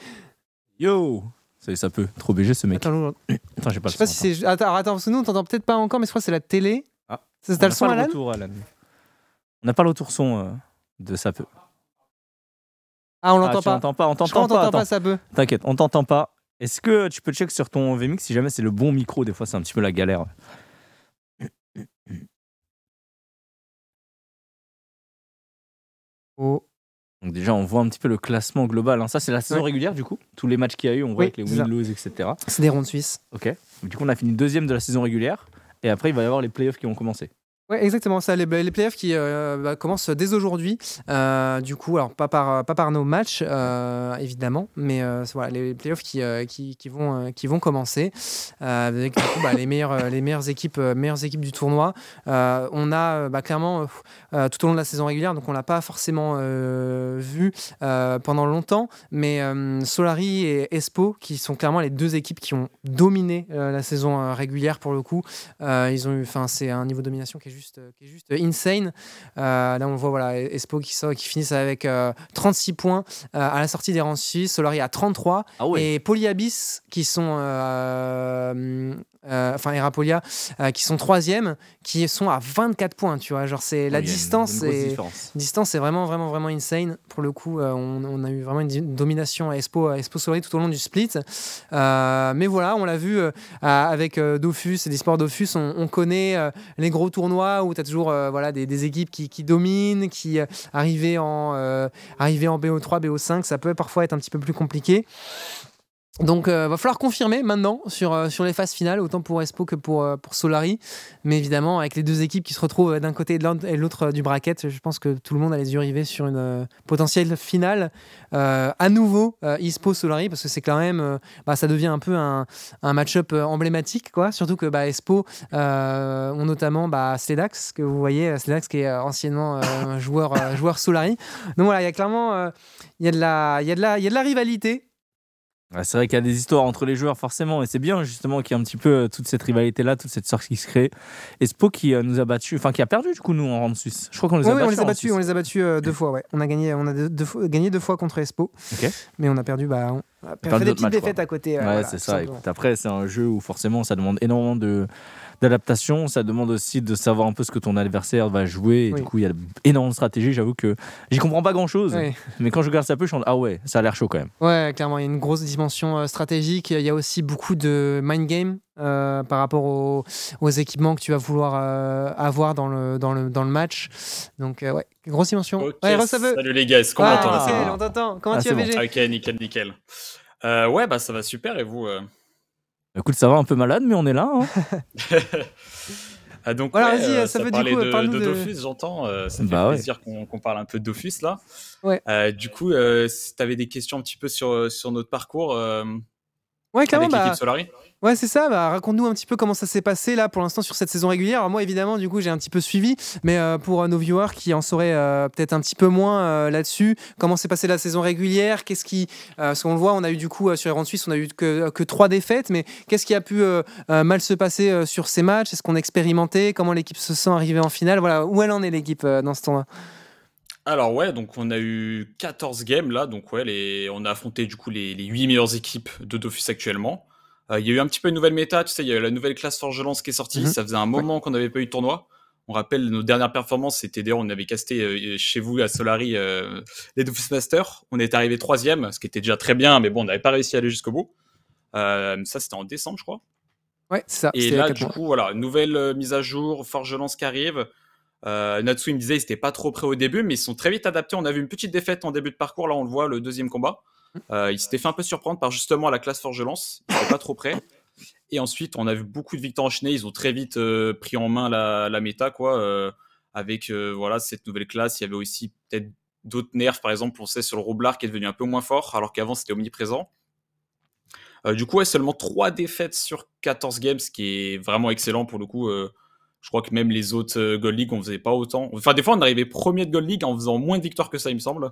Yo, ça, ça peut trop B G ce mec. Attends, Lou, Attends, j'ai pas je le sais pas son, si c'est... Attends, attends, parce que nous, on t'entend peut-être pas encore, mais je crois que c'est la télé. Ah. Ça, On t'as n'a le son, pas Alan? retour, Alan. On n'a pas le retour son euh, de ça peut. Ah, on Ah, l'entend tu pas. l'entends pas, on Je crois t'entend qu'on pas. t'entend Attends. pas, Sapeu. T'inquiète, on t'entend pas. Est-ce que tu peux check sur ton V M X si jamais c'est le bon micro? Des fois, c'est un petit peu la galère. Oh. Donc déjà, on voit un petit peu le classement global. hein. Ça, c'est la saison Ouais. régulière, du coup. Tous les matchs qu'il y a eu, on voit Oui, avec les c'est ça. win-lose, et cetera. C'est des rondes suisses. Ok. Du coup, on a fini deuxième de la saison régulière. Et après, il va y avoir les playoffs qui vont commencer. Ouais, exactement ça. Les, les playoffs qui euh, bah, commencent dès aujourd'hui. Euh, du coup, alors pas par, pas par nos matchs, euh, évidemment, mais euh, voilà, les playoffs qui, euh, qui, qui, vont, euh, qui vont commencer euh, avec du coup, bah, les, meilleures, les meilleures, équipes, euh, meilleures équipes du tournoi. Euh, on a bah, clairement, euh, tout au long de la saison régulière, donc on ne l'a pas forcément euh, vu euh, pendant longtemps, mais euh, Solari et Espo, qui sont clairement les deux équipes qui ont dominé euh, la saison euh, régulière pour le coup. Euh, ils ont eu, enfin, c'est un niveau de domination qui est juste, qui est juste insane. Euh, là, on voit voilà, Espo qui, sort, qui finissent avec euh, trente-six points euh, à la sortie des rangs suisses, Solari à trente-trois, Ah ouais. et Polyabis qui sont euh, euh, enfin Erapolia euh, qui sont troisième, qui sont à vingt-quatre points, tu vois, genre c'est Oh, la il y a une- distance une grosse est différence. distance c'est vraiment vraiment vraiment insane pour le coup. Euh, on, on a eu vraiment une, di- une domination à Espo à Espo Solari tout au long du split. Euh, mais voilà, on l'a vu euh, avec euh, Dofus et des sports Dofus, on, on connaît euh, les gros tournois où tu as toujours euh, voilà des, des équipes qui, qui dominent, qui euh, arrivaient en euh, arrivaient en B O trois, B O cinq, ça peut parfois être un petit peu plus compliqué. Donc, il euh, va falloir confirmer maintenant sur, euh, sur les phases finales, autant pour Espo que pour, euh, pour Solari. Mais évidemment, avec les deux équipes qui se retrouvent d'un côté et de l'autre- et de l'autre euh, du bracket, je pense que tout le monde a les yeux rivés sur une euh, potentielle finale. Euh, à nouveau, euh, Espo-Solari, parce que c'est quand même, euh, bah, ça devient un peu un, un match-up euh, emblématique, quoi. Surtout que bah, Espo euh, ont notamment bah, Sledax, que vous voyez, Sledax qui est euh, anciennement euh, un joueur, euh, joueur Solari. Donc voilà, il y a clairement euh, il y a de la, il y a de la, il y a de la rivalité. Ouais, c'est vrai qu'il y a des histoires entre les joueurs, forcément, et c'est bien justement qu'il y ait un petit peu euh, toute cette rivalité-là, toute cette sorte qui se crée. Espo qui euh, nous a battus, enfin qui a perdu du coup, nous, en rang de Suisse. Je crois qu'on les a Oui, battus. on les a en battus, Suisse. on les a battus euh, deux fois. Ouais. On a gagné, on a deux, deux fois, gagné deux fois contre Espo, Ok. mais on a perdu. Bah, on a perdu fait des d'autres petites matchs, défaites quoi. à côté. euh, Ouais, voilà, c'est tout ça. simplement. Écoute, après, c'est un jeu où forcément ça demande énormément de d'adaptation. Ça demande aussi de savoir un peu ce que ton adversaire va jouer. Et Oui. du coup, il y a énormément de stratégie. J'avoue que j'y comprends pas grand chose. Ouais. Mais quand je regarde ça peu, je suis en ah ouais, ça a l'air chaud quand même. Ouais, clairement, il y a une grosse dimension euh, stratégique. Il y a aussi beaucoup de mind game euh, par rapport aux, aux équipements que tu vas vouloir euh, avoir dans le, dans, le, dans le match. Donc, euh, ouais, grosse dimension. Ok, Ouais, Ross, ça veut. salut les gars, est-ce qu'on Ah, m'entend là? Ah. C'est nickel, bon. on t'entend. Comment Ah, tu c'est vas, bon. B G? Ok, nickel, nickel. Euh, ouais, bah ça va super, et vous euh Écoute, ça va un peu malade, mais on est là. Hein. Ah, donc, Voilà, ouais, vas-y, euh, ça ça veut du parlait coup, de, parle-nous de de- Dofus, j'entends. euh, ça fait Bah ouais. plaisir qu'on qu'on parle un peu de Dofus là. Ouais. Euh, du coup, euh, si tu avais des questions un petit peu sur, sur notre parcours euh, Ouais, clairement, avec bah. l'équipe Solari. Ouais, c'est ça. Bah, raconte-nous un petit peu comment ça s'est passé là pour l'instant sur cette saison régulière. Alors moi, évidemment, du coup, j'ai un petit peu suivi, mais euh, pour euh, nos viewers qui en sauraient euh, peut-être un petit peu moins euh, là-dessus, comment s'est passée la saison régulière? Qu'est-ce qui, euh, parce qu'on le voit, on a eu du coup euh, sur les rangs suisses, on a eu que, que trois défaites, mais qu'est-ce qui a pu euh, euh, mal se passer euh, sur ces matchs? Est-ce qu'on a expérimenté? Comment l'équipe se sent arrivée en finale? Voilà, où elle en est l'équipe euh, dans ce tournoi? Alors ouais, donc on a eu quatorze games là, donc ouais, les... on a affronté du coup les, les huit meilleures équipes de Dofus actuellement. Euh, Il y a eu un petit peu une nouvelle méta, tu sais, il y a eu la nouvelle classe Forgelance qui est sortie, Mhm. ça faisait un moment qu'on n'avait pas eu de tournoi. On rappelle nos dernières performances, c'était d'ailleurs on avait casté euh, chez vous à Solari euh, les Dofus Masters. On est arrivé troisième, ce qui était déjà très bien, mais bon, on n'avait pas réussi à aller jusqu'au bout. Euh, ça c'était en décembre, je crois. Ouais, c'est ça. Et c'était il y a là, quatre du mois. coup, voilà, nouvelle euh, mise à jour, Forgelance qui arrive. Euh, Natsu, il me disait, ils n'étaient pas trop prêts au début, mais ils sont très vite adaptés. On a vu une petite défaite en début de parcours, là on le voit, le deuxième combat. Euh, il s'était fait un peu surprendre par justement la classe Forgelance. Ils n'étaient pas trop prêts. Et ensuite, on a vu beaucoup de victoires enchaînées. Ils ont très vite euh, pris en main la, la méta, quoi. Euh, avec euh, voilà, cette nouvelle classe, il y avait aussi peut-être d'autres nerfs. Par exemple, on sait sur le Roblar qui est devenu un peu moins fort, alors qu'avant c'était omniprésent. Euh, du coup, ouais, seulement trois défaites sur quatorze games, ce qui est vraiment excellent pour le coup. Euh, je crois que même les autres euh, Gold League, on faisait pas autant. Enfin, des fois, on arrivait premier de Gold League en faisant moins de victoires que ça, il me semble.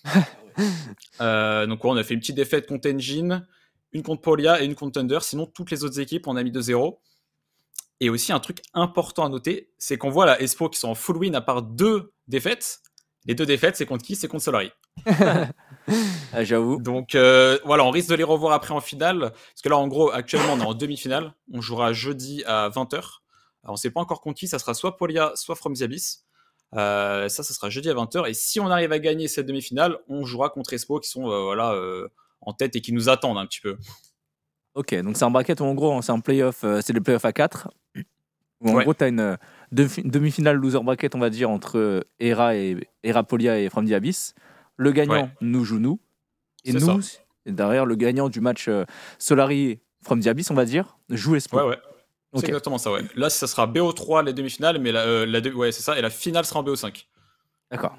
Euh, donc, ouais, on a fait une petite défaite contre Engine, une contre Polia et une contre Thunder. Sinon, toutes les autres équipes, on a mis deux zéro. Et aussi, un truc important à noter, c'est qu'on voit la Espo qui sont en full win à part deux défaites. Les deux défaites, c'est contre qui? C'est contre Solari. Ah, j'avoue. Donc euh, voilà, on risque de les revoir après en finale. Parce que là, en gros, actuellement, on est en demi-finale. On jouera jeudi à vingt heures. Alors, on ne sait pas encore contre qui. Ça sera soit Polia, soit From the Abyss. Euh, ça, ça sera jeudi à vingt heures. Et si on arrive à gagner cette demi-finale, on jouera contre Espo qui sont euh, voilà, euh, en tête et qui nous attendent un petit peu. Ok, donc c'est un bracket où en gros, c'est un playoff, euh, c'est le playoff à quatre. Où en Ouais. gros, tu as une euh, demi- demi-finale loser bracket, on va dire, entre euh, Era et Era Polia et From the Abyss. Le gagnant Ouais. nous joue nous. Et C'est nous, ça. et derrière, le gagnant du match euh, Solari From the Abyss, on va dire, joue Espo. Ouais, ouais. C'est Ok. exactement ça, ouais. Là, ça sera B O trois les demi-finales, mais la, euh, la deux- ouais, c'est ça, et la finale sera en B O cinq. D'accord.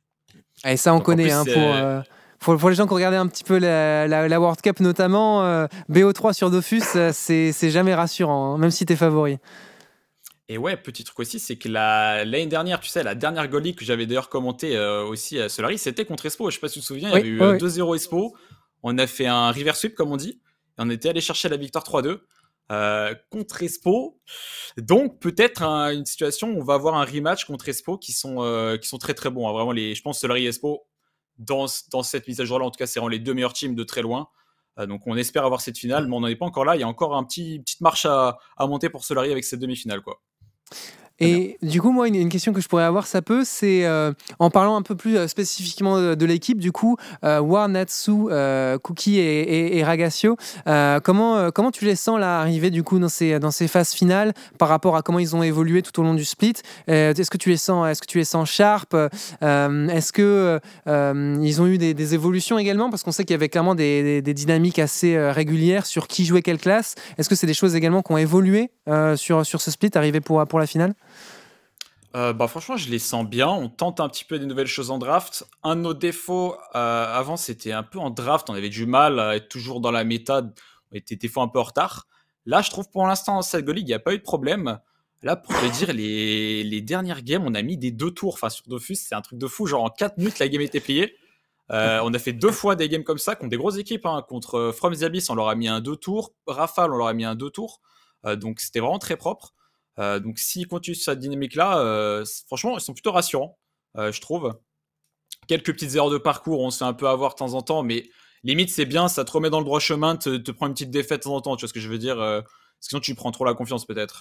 Et ça, on Donc en connaît plus, hein, c'est- pour, euh, pour, pour les gens qui ont regardé un petit peu la, la, la World Cup notamment. euh, B O trois sur Dofus, euh, c'est c'est jamais rassurant, hein, même si t'es favori. Et ouais, petit truc aussi, c'est que la- l'année dernière, tu sais, la dernière goal league que j'avais d'ailleurs commenté euh, aussi à Solari, c'était contre Espo. Je sais pas si tu te souviens, il y Oui, avait eu oui, euh, oui. deux zéro Espo. On a fait un river sweep, comme on dit, et on était allé chercher la victoire trois deux euh, contre Espo. Donc peut-être un- une situation où on va avoir un rematch contre Espo qui sont, euh, qui sont très très bons, hein. Vraiment, les, je pense Solari et Espo, dans, dans cette mise à jour-là, en tout cas, c'est vraiment les deux meilleurs teams de très loin. Euh, donc on espère avoir cette finale, mais on n'en est pas encore là. Il y a encore un petit, petite marche à, à monter pour Solari avec cette demi-finale, quoi. Très bien. Et du coup, moi, une, une question que je pourrais avoir, ça peut, c'est euh, en parlant un peu plus euh, spécifiquement de, de l'équipe, du coup, euh, War, Natsu, euh, Cookie et, et, et Ragacio, euh, comment, euh, comment tu les sens là arriver du coup dans ces, dans ces phases finales par rapport à comment ils ont évolué tout au long du split? Euh, Est-ce que tu les sens, est-ce que tu les sens sharp? Euh, Est-ce que euh, ils ont eu des, des évolutions également? Parce qu'on sait qu'il y avait clairement des, des, des dynamiques assez euh, régulières sur qui jouait quelle classe. Est-ce que c'est des choses également qui ont évolué euh, sur, sur ce split arrivé pour, pour la finale? Euh, bah franchement, je les sens bien. On tente un petit peu des nouvelles choses en draft. Un de nos défauts, euh, avant, c'était un peu en draft. On avait du mal à être toujours dans la méta. On était des fois un peu en retard. Là, je trouve pour l'instant, dans cette Go League, il n'y a pas eu de problème. Là, pour te dire, les, les dernières games, on a mis des deux tours. Enfin, sur Dofus, c'est un truc de fou. Genre, en quatre minutes, la game était pliée. Euh, on a fait deux fois des games comme ça contre des grosses équipes. Hein. Contre euh, From the Abyss, on leur a mis un deux tours. Rafale, on leur a mis un deux tours. Euh, donc, c'était vraiment très propre. Euh, donc s'ils continuent sur cette dynamique-là, euh, franchement, ils sont plutôt rassurants, euh, je trouve. Quelques petites erreurs de parcours, on se fait un peu avoir de temps en temps, mais limite, c'est bien, ça te remet dans le droit chemin, te, te prend une petite défaite de temps en temps, tu vois ce que je veux dire euh, sinon, tu prends trop la confiance, peut-être.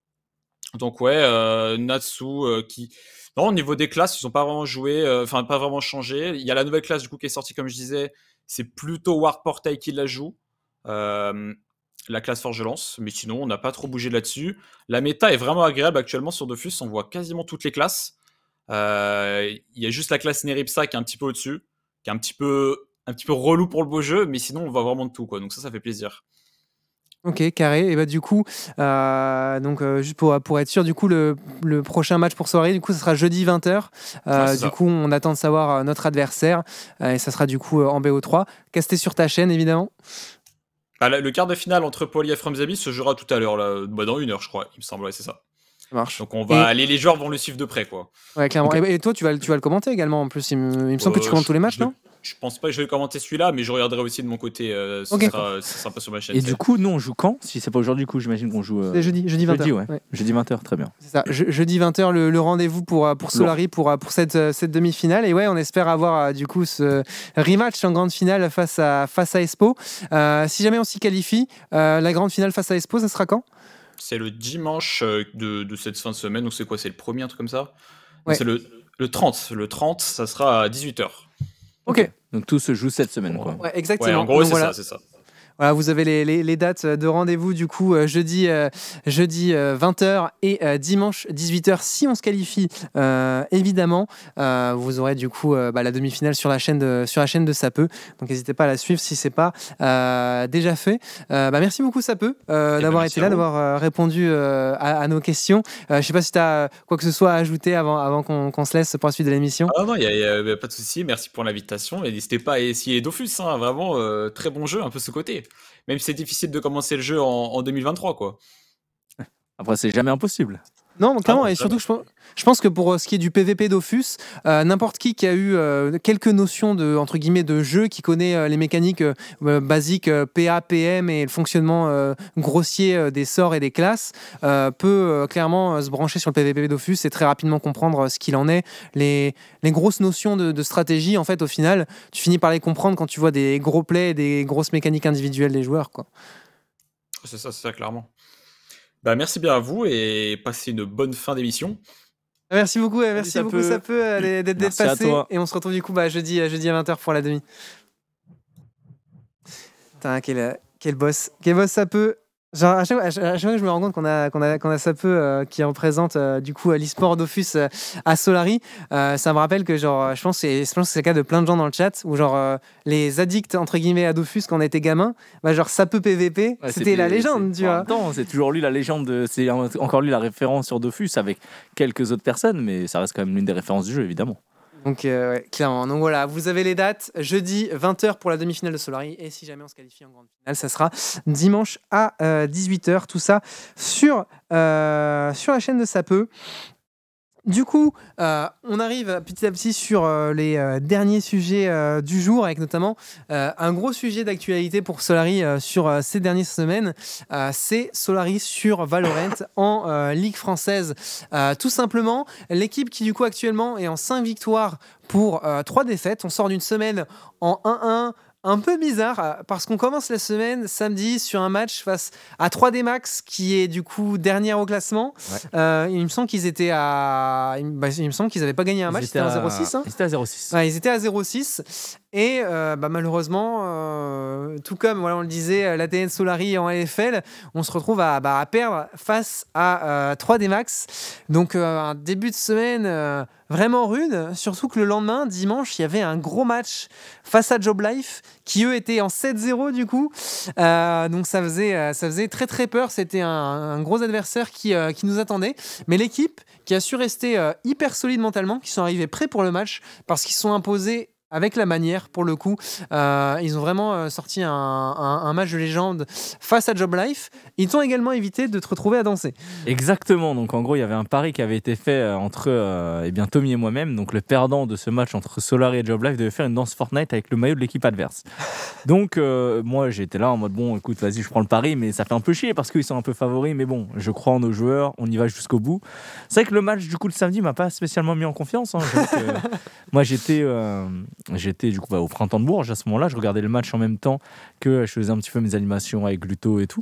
Donc ouais, euh, Natsu, euh, qui... Non, au niveau des classes, ils n'ont pas vraiment joué, enfin, euh, pas vraiment changé. Il y a la nouvelle classe, du coup, qui est sortie, comme je disais, c'est plutôt Ward Portail qui la joue. Euh, la classe Forge-Lance, mais sinon on n'a pas trop bougé là-dessus. La méta est vraiment agréable actuellement sur Dofus, on voit quasiment toutes les classes. Euh, Il y a juste la classe Neripsa qui est un petit peu au-dessus, qui est un petit peu, un petit peu relou pour le beau jeu, mais sinon on voit vraiment de tout, quoi. Donc ça, ça fait plaisir. Ok, carré. Et bah du coup, euh, donc euh, juste pour, pour être sûr, du coup le, le prochain match pour soirée, du coup, ce sera jeudi vingt heures. Euh, Ouais, c'est du ça. coup, on attend de savoir euh, notre adversaire euh, et ça sera du coup euh, en B O trois. Casté sur ta chaîne, évidemment. Ah, la- le quart de finale entre Paul et From Zabi se jouera tout à l'heure, là, bah, dans une heure, je crois, il me semble, ouais, c'est ça. Ça marche. Donc on Et va, les, les joueurs vont le suivre de près, quoi. ouais, clairement. Ok. Et, et toi, tu vas, le- tu vas le commenter également. En plus, il me, il me semble que tu Euh, commentes je, tous les matchs, je, non? je pense pas que je vais commenter celui-là, mais je regarderai aussi de mon côté. Euh, ce Ok. sera, ce sera pas sur ma chaîne. Et c'est- du coup, nous, on joue quand? Si c'est pas aujourd'hui, du coup, j'imagine qu'on joue. euh, C'est jeudi, jeudi vingt heures. Jeudi, ouais. Jeudi vingt heures, très bien. C'est ça, Je- jeudi vingt heures, le, le rendez-vous pour, euh, pour Solari pour, euh, pour cette, euh, cette demi-finale. Et ouais, on espère avoir euh, du coup ce rematch en grande finale face à, face à Espo. Euh, si jamais on s'y qualifie, euh, la grande finale face à Espo, ça sera quand? C'est le dimanche euh, de, de cette fin de semaine, donc c'est quoi? C'est le premier, un truc comme ça? Non, Ouais. c'est le, le trente. Le trente, ça sera à dix-huit heures. Ok. Donc tout se joue cette semaine, quoi. Ouais, exactement. Ouais, en gros, Donc c'est voilà. ça, c'est ça. Voilà, vous avez les, les, les dates de rendez-vous du coup euh, jeudi, euh, jeudi euh, vingt heures et euh, dimanche dix-huit heures si on se qualifie euh, évidemment. Euh, vous aurez du coup euh, bah, la demi-finale sur la chaîne de, sur la chaîne de Sapeux. Donc n'hésitez pas à la suivre si c'est pas euh, déjà fait. Euh, bah, merci beaucoup Sapeux euh, Eh ben, d'avoir merci été à là, vous. d'avoir euh, répondu euh, à, à nos questions. Euh, je sais pas si tu as quoi que ce soit à ajouter avant, avant qu'on qu'on se laisse pour la suite de l'émission. Ah non, il n'y a, y a pas de souci. Merci pour l'invitation. Et n'hésitez pas à essayer Dofus. Hein, vraiment, euh, très bon jeu, un peu ce côté. Même si c'est difficile de commencer le jeu en, en deux mille vingt-trois, quoi. Après, c'est jamais impossible. Non, donc, clairement, Ah non, et surtout, je pense, je pense que pour euh, ce qui est du P V P Dofus, euh, n'importe qui qui a eu euh, quelques notions de, entre guillemets, de jeu, qui connaît euh, les mécaniques euh, euh, basiques euh, P A, P M et le fonctionnement euh, grossier euh, des sorts et des classes, euh, peut euh, clairement euh, se brancher sur le P V P Dofus et très rapidement comprendre euh, ce qu'il en est. Les, les grosses notions de, de stratégie, en fait, au final, tu finis par les comprendre quand tu vois des gros plays et des grosses mécaniques individuelles des joueurs, quoi. C'est ça, c'est ça, clairement. Bah, merci bien à vous et passez une bonne fin d'émission. Merci beaucoup, euh, merci Salut, beaucoup Sapeux. Sapeux euh, d'être d'être Merci à passé. toi. Et on se retrouve du coup bah, jeudi, euh, jeudi à vingt heures pour la demi. Putain, quel, quel boss. Quel boss Sapeux. Genre, à chaque, à chaque- à chaque fois que je me rends compte qu'on a, qu'on a, qu'on a ça peu euh, qui représente euh, du coup euh, l'e-sport Dofus euh, à Solari, euh, ça me rappelle que genre, je pense que c'est, je pense que c'est le cas de plein de gens dans le chat où genre euh, les addicts entre guillemets à Dofus quand on était gamin, bah genre ça peut P V P, Ouais, c'était la c'est- légende, c'est- tu en vois. même temps, c'est toujours lui la légende, de- c'est en- encore lui la référence sur Dofus avec quelques autres personnes, mais ça reste quand même l'une des références du jeu, évidemment. Donc, euh, ouais, clairement. Donc voilà, vous avez les dates. Jeudi, vingt heures pour la demi-finale de Solari. Et si jamais on se qualifie en grande finale, ça sera dimanche à euh, dix-huit heures. Tout ça sur, euh, sur la chaîne de Sapeux. Du coup, euh, on arrive petit à petit sur euh, les euh, derniers sujets euh, du jour, avec notamment euh, un gros sujet d'actualité pour Solari euh, sur euh, ces dernières semaines. Euh, c'est Solari sur Valorant en euh, Ligue française. Euh, tout simplement, l'équipe qui du coup actuellement est en cinq victoires pour euh, trois défaites. On sort d'une semaine en un un. Un peu bizarre euh, parce qu'on commence la semaine samedi sur un match face à trois D Max qui est du coup dernière au classement. Ouais. Euh, il me semble qu'ils étaient à. Il me, bah, il me semble qu'ils n'avaient pas gagné un Ils match, étaient c'était un à- zéro six. Hein. Ils étaient à zéro six. Ouais, ils étaient à zéro six. Et euh, bah, malheureusement, euh, tout comme voilà, on le disait, l'A T N Solari en L F L, on se retrouve à, bah, à perdre face à euh, trois D Max. Donc euh, un début de semaine euh, vraiment rude, surtout que le lendemain, dimanche, il y avait un gros match face à Job Life, qui eux étaient en sept zéro du coup. Euh, donc ça faisait, euh, ça faisait très très peur. C'était un, un gros adversaire qui, euh, qui nous attendait. Mais l'équipe qui a su rester euh, hyper solide mentalement, qui sont arrivés prêts pour le match, parce qu'ils se sont imposés avec la manière, pour le coup. Euh, ils ont vraiment euh, sorti un, un- un match de légende face à Job Life. Ils t'ont également évité de te retrouver à danser. Exactement, donc en gros il y avait un pari qui avait été fait euh, entre euh, eh bien, Tommy et moi-même, donc le perdant de ce match entre Solari et Job Life devait faire une danse Fortnite avec le maillot de l'équipe adverse. Donc euh, moi j'étais là en mode bon écoute vas-y je prends le pari, mais ça fait un peu chier parce qu'ils sont un peu favoris, mais bon je crois en nos joueurs, on y va jusqu'au bout. C'est vrai que le match du coup le samedi m'a pas spécialement mis en confiance, hein. J'avoue que, moi j'étais, euh, j'étais du coup bah, au Printemps de Bourges à ce moment-là, je regardais le match en même temps que je faisais un petit peu mes animations avec Gluto et tout,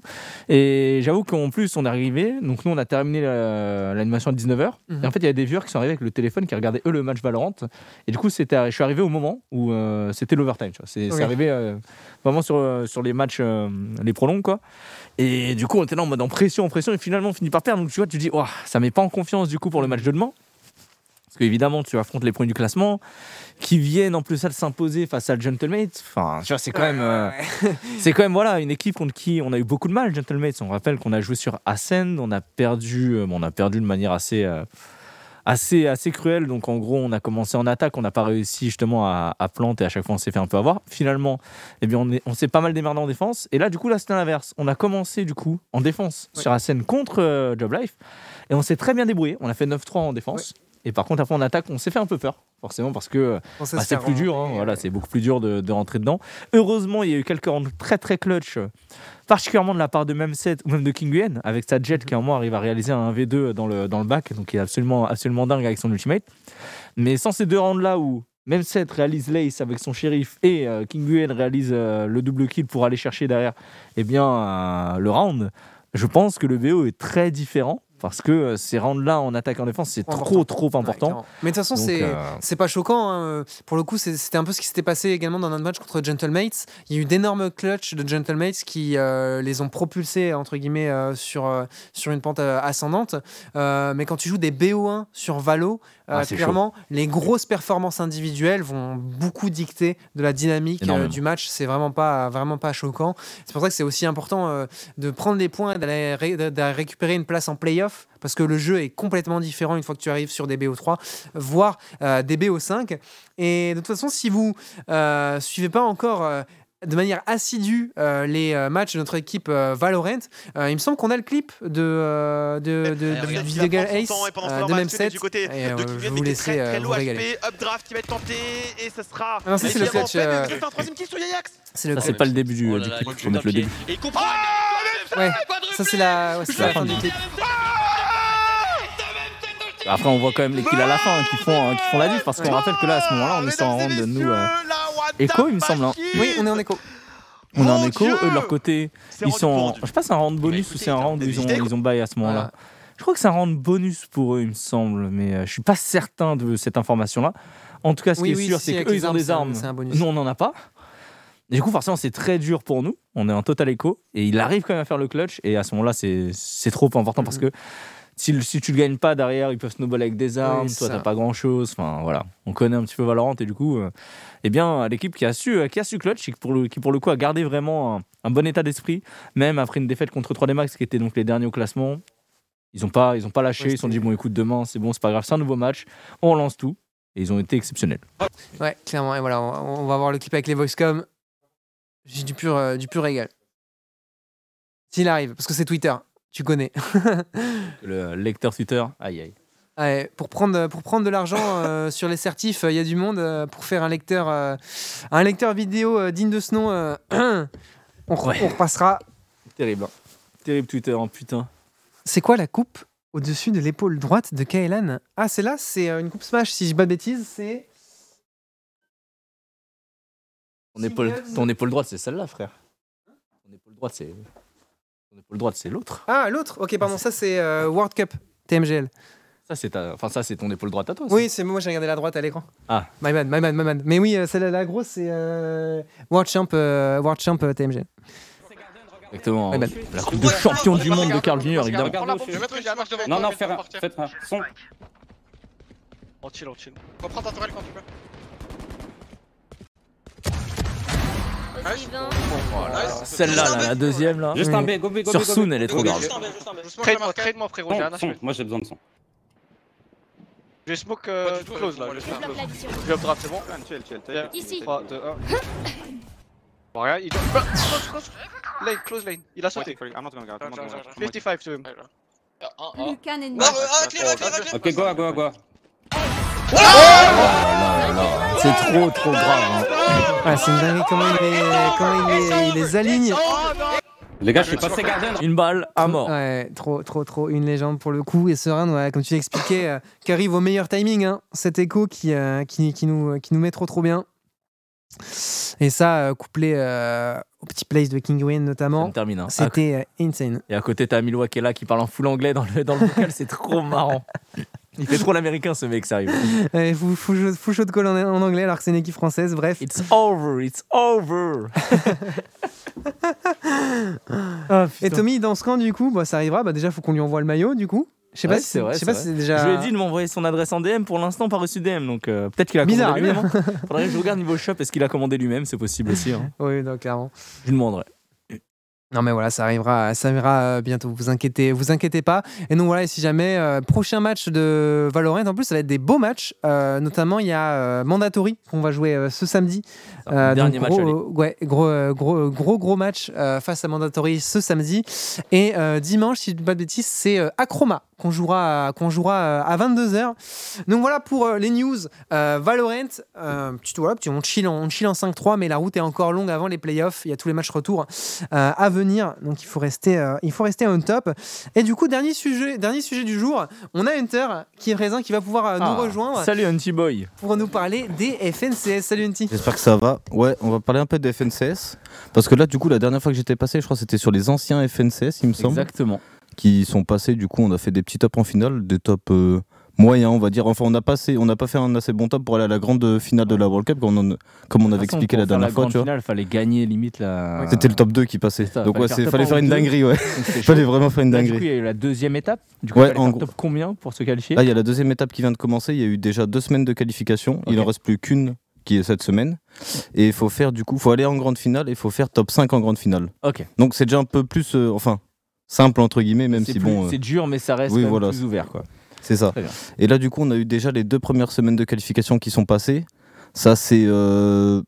et j'avoue qu'en plus on est arrivé, donc nous on a terminé la- l'animation à dix-neuf heures, Mhm. et en fait il y a des viewers qui sont arrivés avec le téléphone qui regardaient eux le match Valorant, et du coup c'était, je suis arrivé au moment où euh, c'était l'overtime, tu vois. C'est, Oui. c'est arrivé euh, vraiment sur, euh, sur les matchs, euh, les prolongs quoi, et du coup on était là en mode en pression, en pression, et finalement on finit par perdre, donc tu vois tu dis oh, ça met pas en confiance du coup pour le match de demain. Parce qu'évidemment, tu affrontes les premiers du classement qui viennent en plus à s'imposer face à Gentlemates. Enfin, tu vois, c'est quand même, euh, c'est quand même voilà, une équipe contre qui on a eu beaucoup de mal, Gentlemates. On rappelle qu'on a joué sur Ascend, on a perdu, euh, bon, on a perdu de manière assez, euh, assez, assez cruelle. Donc en gros, on a commencé en attaque, on n'a pas réussi justement à, à planter, et à chaque fois on s'est fait un peu avoir. Finalement, eh bien, on, est, on s'est pas mal démerdé en défense. Et là, du coup, là, c'était l'inverse. On a commencé du coup en défense Ouais. sur Ascend contre euh, Job Life. Et on s'est très bien débrouillé. On a fait neuf trois en défense. Et par contre, après, en attaque, on s'est fait un peu peur, forcément, parce que On sait bah, se c'est faire plus dur. Hein, remonter, voilà, euh, c'est beaucoup plus dur de, de rentrer dedans. Heureusement, il y a eu quelques rounds très très clutch, euh, particulièrement de la part de Memset ou même de King Nguyen, avec sa jet qui, à un moment, arrive à réaliser un un v deux dans le, dans le back, donc il est absolument, absolument dingue avec son ultimate. Mais sans ces deux rounds-là où Memset réalise l'ace avec son shérif et euh, King Nguyen réalise euh, le double kill pour aller chercher derrière eh bien, euh, le round, je pense que le B O est très différent. Parce que euh, ces rounds-là en attaque et en défense, c'est Important. trop, trop Ouais, important. clairement. Mais de toute façon, Donc, c'est euh, c'est pas choquant. Hein. Pour le coup, c'est- c'était un peu ce qui s'était passé également dans notre match contre Gentlemates. Il y a eu d'énormes clutches de Gentlemates qui euh, les ont propulsés entre guillemets euh, sur, euh, sur une pente euh, ascendante. Euh, mais quand tu joues des B O un sur Valo, euh, Ah, c'est clairement, les grosses performances individuelles vont beaucoup dicter de la dynamique euh, Énormément. du match. C'est vraiment pas, vraiment pas choquant. C'est pour ça que c'est aussi important euh, de prendre les points et d'aller ré- d'aller récupérer une place en playoff. Parce que le jeu est complètement différent une fois que tu arrives sur des B O trois, voire euh, des B O cinq. Et de toute façon, si vous euh, suivez pas encore euh, de manière assidue euh, les euh, matchs de notre équipe euh, Valorant, euh, il me semble qu'on a le clip de, euh, de, de, Et de, regarde, du il va Vidégal prendre son Ace temps, et pendant ce euh, temps, de on va Memset. actionner du côté Et, de euh, King je Nguyen, vais vous mais qui est laisser très, très euh, vous low régaler. H P. Updraft qui va être tenté et ce sera. Ah non, ça, c'est le évidemment clutch, fait, mais euh, il fait un troisième kill sur Yayax. C'est le Ça, clip. c'est pas le début du, Oh du là là, clip. il Faut mettre le début. Et il comprend Ouais, ça c'est la, ouais, c'est la fin du clip. Après, on voit quand même les kills à la fin hein, qui, font, hein, qui font la diff. Parce qu'on rappelle que là, à ce moment-là, on est sur un round de nous. euh, Echo, il me semble, hein. Oui, on est en écho. On est en Mon écho. Dieu. Eux, de leur côté, C'est ils rendu sont. pour En... rendu. Je sais pas, c'est un round bonus Bah, ou c'est un round où ils ont, écoutez, ils ont bail à ce moment-là. Voilà. Je crois que c'est un round bonus pour eux, il me semble. Mais euh, je suis pas certain de cette information-là. En tout cas, ce Oui, qui est oui, sûr, si, c'est avec qu'eux, les ils ont armes, des c'est un- armes. c'est un bonus. Nous, on n'en a pas. Et du coup, forcément, c'est très dur pour nous. On est en total écho. Et il arrive quand même à faire le clutch. Et à ce moment-là, c'est, c'est trop important parce que si, si tu le gagnes pas derrière, ils peuvent snowball avec des armes. Oui, toi, ça. t'as pas grand-chose. Enfin, voilà. On connaît un petit peu Valorant. Et du coup, euh, eh bien, l'équipe qui a su, euh, qui a su clutch, et qui pour, le, qui, pour le coup, a gardé vraiment un, un bon état d'esprit, même après une défaite contre trois D Max, qui étaient donc les derniers au classement. Ils ont pas, ils ont pas lâché. Ouais, ils se sont dit, c'était- bon, écoute, demain, c'est bon, c'est pas grave, c'est un nouveau match. On lance tout. Et ils ont été exceptionnels. Ouais, clairement. Et voilà, on, on va voir le clip avec les voicecom. J'ai du pur, euh, du pur régal. S'il arrive, parce que c'est Twitter, tu connais. Le lecteur Twitter, aïe aïe. Ouais, pour, prendre, pour prendre de l'argent euh, sur les certifs, il y a du monde. euh, pour faire un lecteur, euh, un lecteur vidéo euh, digne de ce nom, euh, on, re- Ouais. on repassera. Terrible. hein. Terrible Twitter, hein, putain. C'est quoi la coupe au-dessus de l'épaule droite de Kaelan? Ah, c'est là, c'est euh, une coupe Smash, si je dis pas de bêtises. C'est. Ton épaule, ton épaule droite, c'est celle-là, frère. Ton épaule droite, c'est. Ton épaule droite, c'est l'autre. Ah, l'autre. Ok, pardon, ça c'est euh, World Cup T M G L. Ça, c'est ta... Enfin, ça, c'est ton épaule droite à toi. ça. Oui, c'est moi, j'ai regardé la droite à l'écran. Ah. My bad, my bad, my bad. Mais oui, euh, celle-là, la grosse, c'est euh, World Champ, euh, World Champ euh, T M G L. Exactement. Ouais, bah. La coupe de champion du monde de Carl Junior, évidemment. Je vais mettre une marche devant Non, toi, non, mais fais faut un. partir. Faites un son. On chill, on chill. Reprends ta tourelle quand tu peux. Vas-y, vingt. Nice. Celle-là, là, la deuxième, là. Juste Oui. un B, go B, go B. Sur go B. Soon, elle est trop Go B. grave. Je smoke, trade-moi, frérot, j'ai un Son, son. H P. Moi j'ai besoin de son. Je smoke euh, close là, je smoke Débloque close. l'addition. Je drop, c'est bon? Ici. trois, deux, un. Bon, regarde, il doit. Close, close. Lane, close lane. Il a sauté. cinquante-cinq to him. Plus qu'un ennemi. Non, euh, clear, clear, clear. Ok, go, go, go. C'est trop, trop grave. hein. Ah, c'est une dinguerie comment il les, comment il les, il les aligne. Les gars, je suis passé gardien. Une balle à mort. Ouais, trop, trop, trop. Une légende pour le coup. Et Serein, ouais, comme tu l'expliquais, euh, qui arrive au meilleur timing. Hein. Cet écho qui, euh, qui, qui, nous, qui nous met trop, trop bien. Et ça, euh, couplé euh, au petit place de King Wayne Ça notamment, me termine. hein. c'était euh, insane. Et à côté, t'as Milwa qui est là, qui parle en full anglais dans le, dans le vocal. C'est trop marrant. Il fait trop l'américain, ce mec, sérieux. Ouais, fou, fou, chaud- fou chaud de call en, en anglais alors que c'est une équipe française. Bref. It's over, it's over. Ah, Et putain. Tommy, dans ce camp, du coup, bah, ça arrivera. Bah, déjà, faut qu'on lui envoie le maillot, du coup. Je sais Ouais, pas si c'est vrai, je sais c'est pas si vrai. c'est déjà. Je lui ai dit de m'envoyer son adresse en D M. Pour l'instant, pas reçu D M. Donc euh, peut-être qu'il a Bizarre, commandé lui-même. hein. Faudrait que je regarde niveau shop. Est-ce qu'il a commandé lui-même? C'est possible aussi. hein. Oui, donc clairement. Je lui demanderai. Non mais voilà, ça arrivera, ça arrivera euh, bientôt. Vous inquiétez, vous inquiétez pas. Et donc voilà, et si jamais euh, prochain match de Valorant, en plus ça va être des beaux matchs. Euh, notamment il y a euh, Mandatory qu'on va jouer euh, ce samedi. Ça, dernier donc, match. gros, allez. euh, ouais, gros, euh, gros, gros, gros match euh, face à Mandatory ce samedi. Et euh, dimanche, si je dis pas de bêtises, c'est euh, Acroma qu'on jouera, à- qu'on jouera euh, à vingt-deux heures. Donc voilà pour euh, les news euh, Valorant. Euh, petit, voilà, petit, on chill en, on chill en cinq trois, mais la route est encore longue avant les playoffs. Il y a tous les matchs retour euh, à venir, donc il faut rester, euh, il faut rester on top. Et du coup, dernier sujet, dernier sujet du jour, on a Hunter qui est présent, qui va pouvoir euh, Ah, nous rejoindre Salut, Hunty Boy. pour nous parler des F N C S. Salut Hunty. J'espère que ça va. Ouais, on va parler un peu des F N C S. Parce que là, du coup, la dernière fois que j'étais passé, je crois que c'était sur les anciens F N C S, il me semble. Exactement. Qui sont passés, du coup, on a fait des petits tops en finale, des tops euh, moyens, on va dire. Enfin, on n'a pas, assez- on n'a pas fait un assez bon top pour aller à la grande finale de la World Cup, comme on, en- comme on avait De toute façon, expliqué pour la faire dernière la fois. grande Tu vois. finale, fallait gagner limite la. C'était le top deux qui passait. C'est ça, Donc, fallait ouais, faire c'est- top fallait un faire ou une deux. dinguerie, ouais. Donc, c'était chaud. Fallait vraiment faire une Là, du dinguerie. coup, il y a eu la deuxième étape. Du coup, Ouais, il fallait en faire gros- top combien pour se qualifier? Là, il y a la deuxième étape qui vient de commencer. Il y a eu déjà deux semaines de qualification. Il Ok. en reste plus qu'une qui est cette semaine. Et il faut faire, du coup, faut aller en grande finale et il faut faire top cinq en grande finale. Ok. Donc, c'est déjà un peu plus, euh, enfin, simple entre guillemets, même C'est si plus- bon. euh, c'est dur, mais ça reste oui, quand même voilà. plus ouvert, quoi. C'est ça. Très bien. Et là, du coup, on a eu déjà les deux premières semaines de qualification qui sont passées. Ça, c'est euh,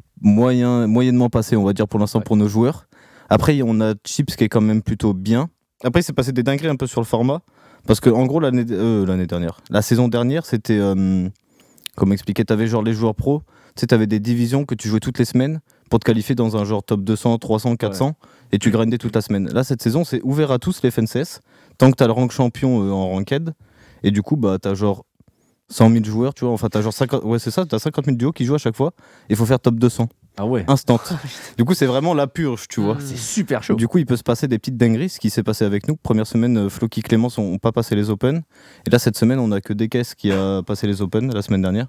moyen, moyennement passé, on va dire, pour l'instant, Ouais. pour nos joueurs. Après, on a Chips qui est quand même plutôt bien. Après, il s'est passé des dingueries un peu sur le format. Parce que, en gros, l'année euh, l'année dernière, la saison dernière, c'était. Euh, comme expliqué, tu avais genre les joueurs pros. Tu sais, tu avais des divisions que tu jouais toutes les semaines pour te qualifier dans un genre top deux cents, trois cents, quatre cents. Et tu grindais toute la semaine. Là, cette saison, c'est ouvert à tous les F N C S. Tant que tu as le rank champion euh, en ranked. Et du coup, bah, tu as genre cent mille joueurs, tu vois. Enfin, tu as genre cinquante, ouais, c'est ça, tu as cinquante mille duos qui jouent à chaque fois. Il faut faire top deux cents. Ah ouais. Instant. Du coup, c'est vraiment la purge, tu vois. Mm. C'est super chaud. Du coup, il peut se passer des petites dingueries, ce qui s'est passé avec nous. Première semaine, euh, Floki Clémence n'ont pas passé les Open. Et là, cette semaine, on a que D K S qui a passé les Open la semaine dernière.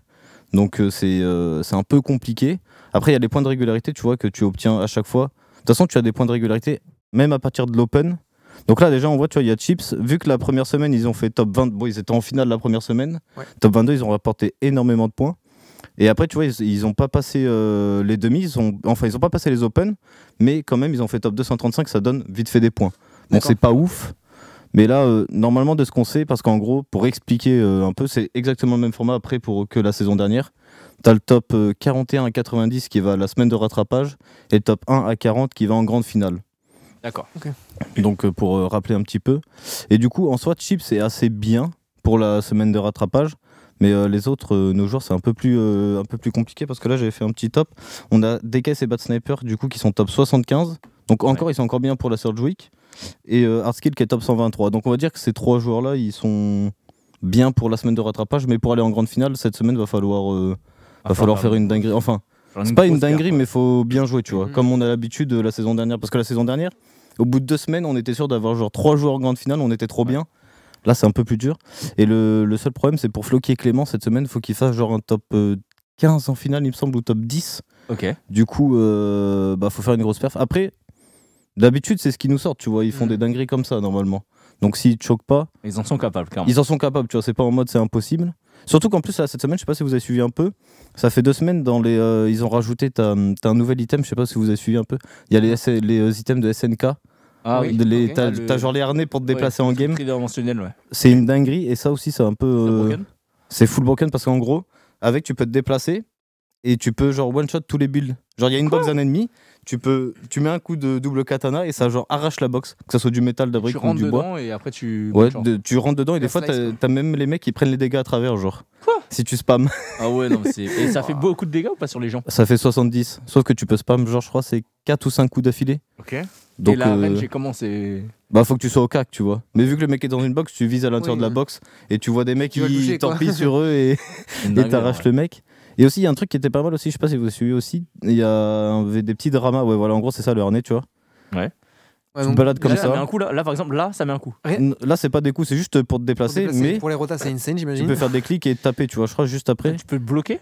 Donc euh, c'est euh, c'est un peu compliqué. Après, il y a les points de régularité, tu vois, que tu obtiens à chaque fois. De toute façon, tu as des points de régularité même à partir de l'Open. Donc là, déjà, on voit, tu vois, il y a Chips. Vu que la première semaine, ils ont fait top vingt. Bon, ils étaient en finale la première semaine. Ouais. Top vingt-deux, ils ont rapporté énormément de points. Et après, tu vois, ils, ils ont pas passé euh, les demi. Ils ont, enfin, ils ont pas passé les Open. Mais quand même, ils ont fait top deux cent trente-cinq. Ça donne vite fait des points. Bon, D'accord. c'est pas ouf. Mais là, euh, normalement, de ce qu'on sait, parce qu'en gros, pour expliquer euh, un peu, c'est exactement le même format après pour, que la saison dernière. T'as le top euh, quarante et un à quatre-vingt-dix qui va à la semaine de rattrapage et le top un à quarante qui va en grande finale. D'accord. Donc euh, pour euh, rappeler un petit peu. Et du coup, en soi, Chips c'est assez bien pour la semaine de rattrapage. Mais euh, les autres, euh, nos joueurs, c'est un peu plus euh, un peu plus compliqué parce que là, j'avais fait un petit top. On a D K S et Bad Sniper, du coup, qui sont top soixante-quinze. Donc encore, Ouais. ils sont encore bien pour la Surge Week. Et euh, Hardskill qui est top cent vingt-trois. Donc on va dire que ces trois joueurs-là, ils sont bien pour la semaine de rattrapage. Mais pour aller en grande finale, cette semaine, va falloir, euh, va falloir faire une dinguerie. Enfin, c'est pas une dinguerie, mais faut bien jouer, tu vois. Mhm. Comme on a l'habitude de la saison dernière. Parce que la saison dernière, au bout de deux semaines, on était sûr d'avoir genre trois joueurs en grande finale. On était trop bien. Là, c'est un peu plus dur. Et le, le seul problème, c'est pour Floki et Clément, cette semaine, il faut qu'ils fassent genre un top euh, quinze en finale, il me semble, ou top dix. Ok. Du coup, euh, bah, faut faire une grosse perf. Après, d'habitude, c'est ce qui nous sort, tu vois. Ils font Mhm. des dingueries comme ça, normalement. Donc, s'ils te choquent pas, Ils en sont capables, clairement. ils en sont capables, tu vois. C'est pas en mode c'est impossible. Surtout qu'en plus, là, cette semaine, je sais pas si vous avez suivi un peu. Ça fait deux semaines, dans les, euh, ils ont rajouté t'as, t'as un nouvel item, je sais pas si vous avez suivi un peu. Il y a les, S- les euh, items de S N K. Ah Oui. oui. De les- ok. T'as Ah, le- t'as genre les harnais pour te déplacer en game. Tridimensionnel, ouais. C'est une dinguerie et ça aussi, c'est un peu. C'est euh, broken. c'est full broken parce qu'en gros, avec, tu peux te déplacer et tu peux genre one shot tous les builds. Genre, il y a une box d'un ennemi, tu peux, tu mets un coup de double katana et ça genre arrache la box, que ça soit du métal, d'abri Tu ou rentres du bois. dedans et après tu. Ouais, genre. de- tu rentres dedans et La des fois, slice, t'as quoi. t'as même les mecs qui prennent les dégâts à travers, genre. Si tu spams. Ah ouais, non, mais c'est. Et ça fait beaucoup de dégâts ou pas sur les gens? Ça fait soixante-dix. Sauf que tu peux spam, genre, je crois, c'est quatre ou cinq coups d'affilée. Ok. Donc, et la euh, range, comment c'est. bah, faut que tu sois au cac, tu vois. Mais vu que le mec est dans une box, tu vises à l'intérieur Oui, de la ouais. box et tu vois des mecs Tu vas le qui toucher, quoi. torpillent sur eux et. Une Et dinguerie, t'arraches ouais. le mec. Et aussi, il y a un truc qui était pas mal aussi, je sais pas si vous avez suivi aussi. Il y a avait des petits dramas. Ouais, voilà, en gros, c'est ça le harnais, tu vois. Ouais, Tu te donc, balades comme Là, déjà, ça ça. met un coup, là. Là, par exemple, là, ça met un coup. Ouais. N- Là, c'est pas des coups, c'est juste pour te pour déplacer, déplacer. mais Pour les rotas, c'est insane, tu j'imagine. peux faire des clics et taper, tu vois. Je crois juste après. Tu peux le bloquer.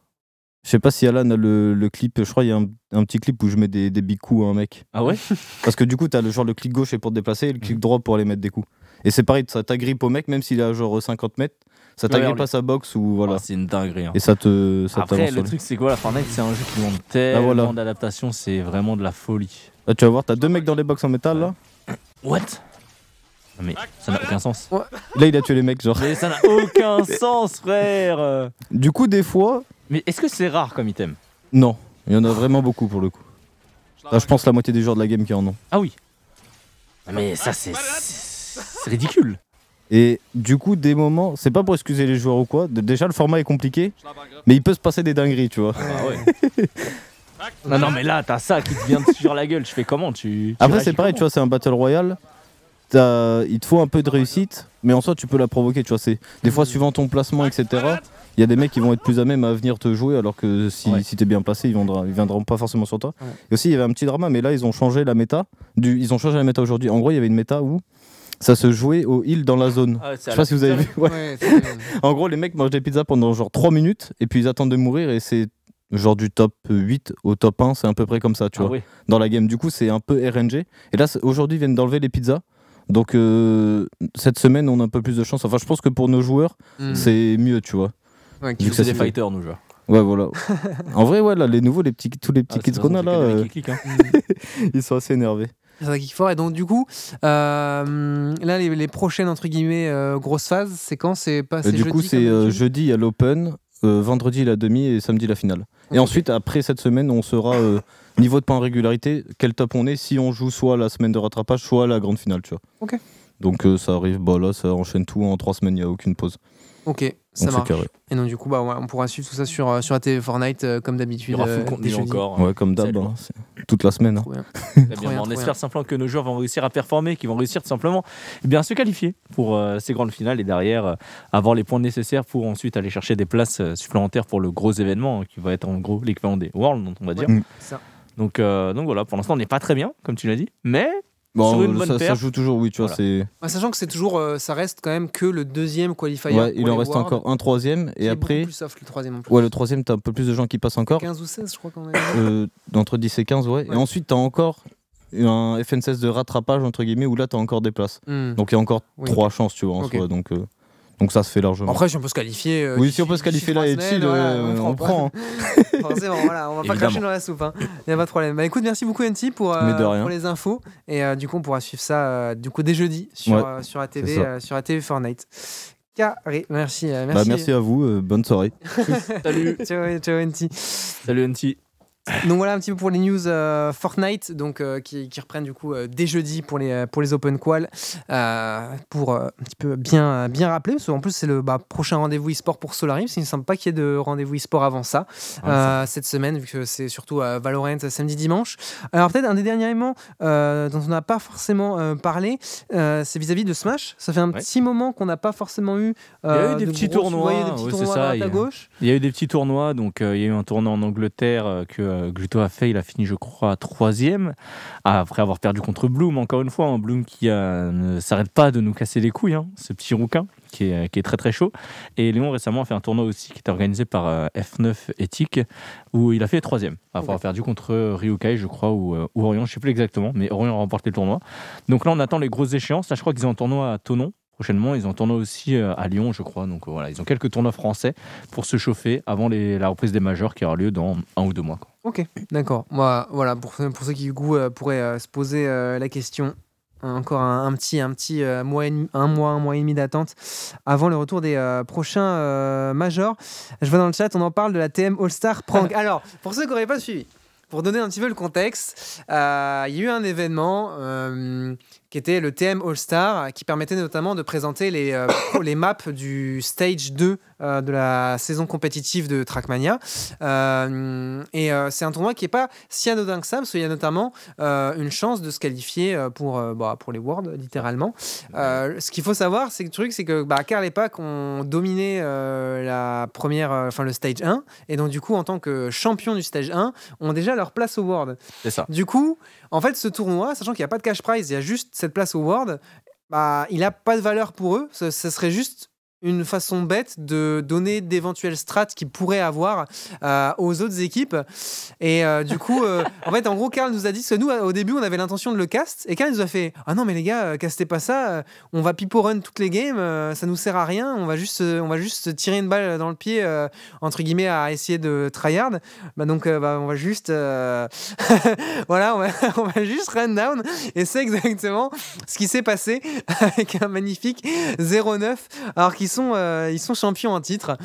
Je sais pas si Alan a le, le clip. Je crois il y a un, un petit clip où je mets des, des big coups à un mec. Ah ouais. Parce que du coup, t'as le genre le clic gauche est pour te déplacer et le clic droit pour aller mettre des coups. Et c'est pareil, ça t'agrippe au mec, même s'il a genre cinquante mètres, ça Ouais, t'agrippe lui. à sa box ou voilà. Ah, c'est une dinguerie. hein. Et ça te. Ça Après, t'avance le sur lui. truc, c'est quoi la Fortnite? C'est un jeu qui demande tellement Ah, voilà. d'adaptation, c'est vraiment de la folie. Là, tu vas voir, t'as deux mecs dans les box en métal là. What? Non, mais ça n'a aucun sens. Là, il a tué les mecs, genre. Mais ça n'a aucun sens, frère. Du coup, des fois, Mais est-ce que c'est rare comme item? non. Il y en a vraiment beaucoup pour le coup. Là, je pense la moitié des joueurs de la game qui en ont. Ah oui. Mais ça, c'est c'est c'est ridicule. Et du coup, des moments, c'est pas pour excuser les joueurs ou quoi. de- Déjà, le format est compliqué, mais il peut se passer des dingueries, tu vois. Ah ouais. Non, non, mais là, t'as ça qui te vient sur la gueule. Je fais comment? Tu. tu Après, réagis c'est pareil, tu comment vois, c'est un battle royale. T'as- Il te faut un peu de réussite, mais en soi, tu peux la provoquer, tu vois. C'est des fois, suivant ton placement, et cetera. Il y a des mecs qui vont être plus à même à venir te jouer, alors que si, Ouais. si t'es bien placé, ils viendront, ils viendront pas forcément sur toi. Ouais. Et aussi, il y avait un petit drama, mais là, ils ont changé la méta. Du, ils ont changé la méta aujourd'hui. En gros, il y avait une méta où ça se jouait au heal dans la zone. Ah ouais, Je c'est sais à pas la si vous avez pizza. vu. Ouais. Ouais, c'est- En gros, les mecs mangent des pizzas pendant genre trois minutes et puis ils attendent de mourir et c'est genre du top huit au top un, c'est à peu près comme ça, tu Ah vois, ouais. dans la game. Du coup, c'est un peu R N G. Et là, c'est- aujourd'hui, ils viennent d'enlever les pizzas. Donc, euh, cette semaine, on a un peu plus de chance. Enfin, je pense que pour nos joueurs, Mm. c'est mieux, tu vois. Ouais, vu que C'est ça des se fait. fighters, nous, genre. Ouais, voilà. En vrai, ouais, là, les nouveaux, les petits, tous les petits Ah, kids de toute qu'on a façon, là, c'est que des euh, mecs qui cliquent, hein. Mm. ils sont assez énervés. C'est ça qui est fort. Et donc, du coup, euh, là, les, les prochaines, entre guillemets, euh, grosses phases, c'est quand? C'est pas Euh, c'est du jeudi, coup, comme c'est euh, d'habitude jeudi à l'Open, euh, vendredi la demi et samedi la finale. Et Ok. ensuite, après cette semaine, on sera euh, niveau de points en régularité, quel top on est, si on joue soit la semaine de rattrapage, soit la grande finale, tu vois. Ok. Donc euh, ça arrive, bah là, ça enchaîne tout en trois semaines, il n'y a aucune pause. Ok, ça Donc c'est marche. carré. Et donc, du coup, bah, ouais, on pourra suivre tout ça sur, euh, sur la télé Fortnite, euh, comme Il d'habitude. y aura euh, full dès contenu jeudi. encore. Ouais, comme d'hab, Salut. hein, c'est toute la semaine. hein. Trop bien. Très bien, Trop bien, on trop espère bien. simplement que nos joueurs vont réussir à performer, qu'ils vont réussir tout simplement eh bien, à se qualifier pour euh, ces grandes finales et derrière euh, avoir les points nécessaires pour ensuite aller chercher des places euh, supplémentaires pour le gros événement hein, qui va être en gros l'équivalent des Worlds, on va dire. Mm. Ça. Donc, euh, donc voilà, pour l'instant on n'est pas très bien, comme tu l'as dit, mais Bon, sur une bonne ça, ça paire. joue toujours, oui, tu vois, Voilà. c'est. Ouais, sachant que c'est toujours, euh, ça reste quand même que le deuxième qualifier. Ouais, pour il les en reste Worlds, encore un troisième qui et est après. beaucoup plus soft, le troisième en plus. Ouais, le troisième, t'as un peu plus de gens qui passent encore. quinze ou seize, je crois qu'on a. Euh, entre dix et quinze, ouais. Ouais. Et ensuite, t'as encore un F N seize de rattrapage, entre guillemets, où là, t'as encore des places. Hmm. Donc il y a encore Oui. trois chances, tu vois, en Ok. soi. Donc, euh, donc ça se fait largement. Après, si on peut se qualifier. euh, oui, d'ici- si on peut se qualifier là d'ici et trois ici, semaines, voilà, euh, on pas. prend. hein. Forcément, voilà, on va pas Évidemment. cracher dans la soupe. Il n'y a pas de problème. Bah écoute, merci beaucoup, N T, pour, euh, Mais de rien. pour les infos. Et euh, du coup, on pourra suivre ça euh, du coup, dès jeudi sur, Ouais, euh, sur A T V, c'est ça. euh, sur A T V Fortnite. Carré. Merci. euh, Bah, merci. merci à vous, euh, bonne soirée. Salut. ciao, ciao, N T. Salut N T. Donc voilà un petit peu pour les news euh, Fortnite, donc euh, qui, qui reprennent du coup euh, dès jeudi pour les euh, pour les Open Qual, euh, pour euh, un petit peu bien bien rappeler, parce qu'en plus c'est le bah, prochain rendez-vous e-sport pour Solary, parce qu'il ne semble pas qu'il y ait de rendez-vous e-sport avant ça euh, cette semaine, vu que c'est surtout euh, Valorant samedi dimanche. Alors peut-être un des derniers éléments euh, dont on n'a pas forcément euh, parlé, euh, c'est vis-à-vis de Smash. Ça fait un Ouais. petit moment qu'on n'a pas forcément eu. Il y a euh, eu des de petits grosses- tournois, ouais, il y a des petits ouais, c'est tournois ça, à droite il y à a- gauche. Il y a eu des petits tournois, donc euh, il y a eu un tournoi en Angleterre euh, que euh, Gluto a fait, il a fini je crois troisième, après avoir perdu contre Bloom, encore une fois, hein, Bloom qui euh, ne s'arrête pas de nous casser les couilles, hein, ce petit rouquin qui est, qui est très très chaud. Et Léon récemment a fait un tournoi aussi qui était organisé par euh, F neuf Ethic, où il a fait troisième, après avoir Ok. perdu contre Ryukai je crois, ou, euh, ou Orion, je sais plus exactement, mais Orion a remporté le tournoi. Donc là on attend les grosses échéances, là je crois qu'ils ont un tournoi à Thonon, prochainement, ils ont un tournoi aussi euh, à Lyon, je crois. Donc euh, voilà, ils ont quelques tournois français pour se chauffer avant les, la reprise des majors qui aura lieu dans un ou deux mois. Quoi. Ok, d'accord. Moi, voilà, pour, pour ceux qui du coup euh, pourraient euh, se poser euh, la question, encore un, un petit, un petit euh, mois, et demi- un mois, un mois et demi d'attente avant le retour des euh, prochains euh, majors. Je vois dans le chat, on en parle de la T M All-Star Prank. Alors, pour ceux qui n'auraient pas suivi, pour donner un petit peu le contexte, euh, il y a eu un événement euh, qui était le T M All-Star, qui permettait notamment de présenter les, euh, les maps du Stage deux euh, de la saison compétitive de Trackmania. Euh, et euh, c'est un tournoi qui n'est pas si anodin que ça, parce qu'il y a notamment euh, une chance de se qualifier euh, pour, euh, bah, pour les Worlds, littéralement. Euh, ce qu'il faut savoir, c'est que le truc, c'est que bah, Karl et Pac ont dominé euh, la première, euh, enfin le Stage un, et donc du coup, en tant que champion du Stage un, ont déjà leur place au World. C'est ça. Du coup, en fait, ce tournoi, sachant qu'il n'y a pas de cash prize, il y a juste cette place au World, bah, il n'a pas de valeur pour eux. Ce, ce serait juste une façon bête de donner d'éventuelles strats qu'ils pourraient avoir euh, aux autres équipes. Et euh, du coup, euh, en fait, en gros, Karl nous a dit que nous, au début, on avait l'intention de le cast. Et Karl nous a fait « Ah non, mais les gars, euh, castez pas ça. euh, on va pipo run toutes les games. euh, ça nous sert à rien. On va juste, euh, on va juste tirer une balle dans le pied, euh, entre guillemets, à essayer de tryhard. Bah, donc, euh, bah, on va juste... euh, voilà, on va, on va juste run down. Et c'est exactement ce qui s'est passé avec un magnifique zéro neuf, alors qu'ils sont, euh, ils sont champions en titre.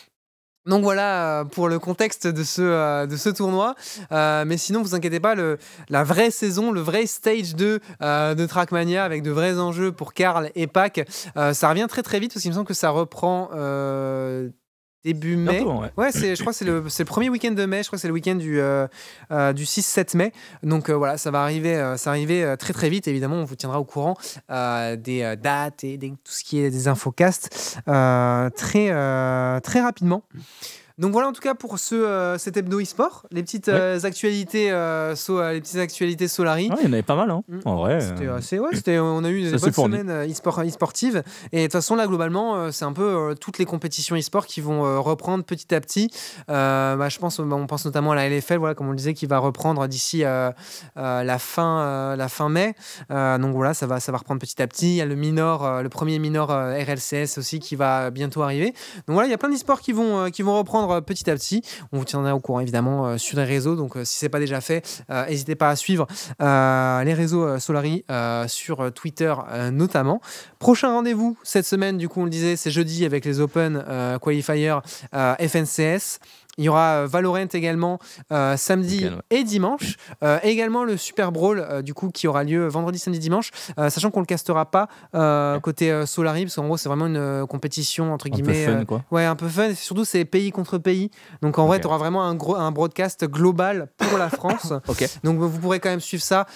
Donc voilà euh, pour le contexte de ce, euh, de ce tournoi. Euh, mais sinon, vous inquiétez pas, le, la vraie saison, le vrai stage deux euh, de Trackmania avec de vrais enjeux pour Karl et Pac, euh, ça revient très très vite parce qu'il me semble que ça reprend euh, début mai. Bientôt, ouais. Ouais, c'est, je crois que c'est le, c'est le premier week-end de mai. Je crois que c'est le week-end du, euh, euh, du six sept mai. Donc euh, voilà, ça va arriver, euh, ça va arriver euh, très très vite. Évidemment, on vous tiendra au courant euh, des euh, dates et des, tout ce qui est des infocasts euh, très, euh, très rapidement. Donc voilà en tout cas pour ce, euh, cet hebdo e-sport, les petites euh, actualités, euh, so, euh, les petites actualités Solary. Ouais, il y en avait pas mal, hein. Mm. En vrai. C'était euh, assez, ouais, c'était, on a eu Ça des s'est bonnes fourni. semaines euh, e-sport, e-sportives. Et de toute façon, là, globalement, euh, c'est un peu euh, toutes les compétitions e-sport qui vont euh, reprendre petit à petit. Euh, bah, je pense, bah, on pense notamment à la L F L, voilà, comme on le disait, qui va reprendre d'ici euh, euh, la, fin, euh, la fin mai. Euh, donc voilà, ça va, ça va reprendre petit à petit. Il y a le minor, euh, le premier minor euh, R L C S aussi qui va bientôt arriver. Donc voilà, il y a plein d'e-sports qui vont, euh, qui vont reprendre euh, petit à petit. On vous tiendra au courant évidemment euh, sur les réseaux. Donc euh, si c'est pas déjà fait, euh, n'hésitez pas à suivre euh, les réseaux euh, Solary euh, sur euh, Twitter euh, notamment. Prochain rendez-vous cette semaine, du coup on le disait, c'est jeudi avec les Open euh, Qualifier euh, F N C S. Il y aura euh, Valorant également euh, samedi Week-end, ouais. et dimanche. Euh, et également le Super Brawl euh, du coup qui aura lieu vendredi, samedi, dimanche. Euh, sachant qu'on le castera pas euh, Ouais. côté euh, Solary parce qu'en gros c'est vraiment une euh, compétition entre Un peu guillemets. fun, euh, quoi. Ouais, un peu fun. Et surtout c'est pays contre pays. Donc en vrai Ok. tu auras vraiment un gros un broadcast global pour la France. Ok. Donc vous pourrez quand même suivre ça.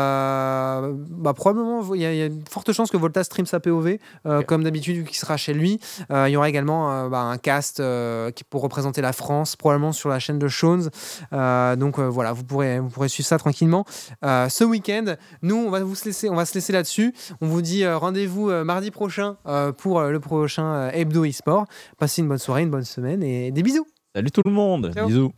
Euh, bah, probablement, il y, a- il y a une forte chance que Volta stream sa P O V, euh, Ok. comme d'habitude, vu qu'il sera chez lui. Euh, il y aura également euh, bah, un cast euh, qui pour représenter la France pense probablement sur la chaîne de Shones. Euh, donc euh, voilà, vous pourrez, vous pourrez suivre ça tranquillement euh, ce week-end. Nous, on va, vous se laisser, on va se laisser là-dessus. On vous dit euh, rendez-vous euh, mardi prochain euh, pour euh, le prochain euh, Hebdo e-sport. Passez une bonne soirée, une bonne semaine et des bisous. Salut tout le monde. Ciao. Bisous.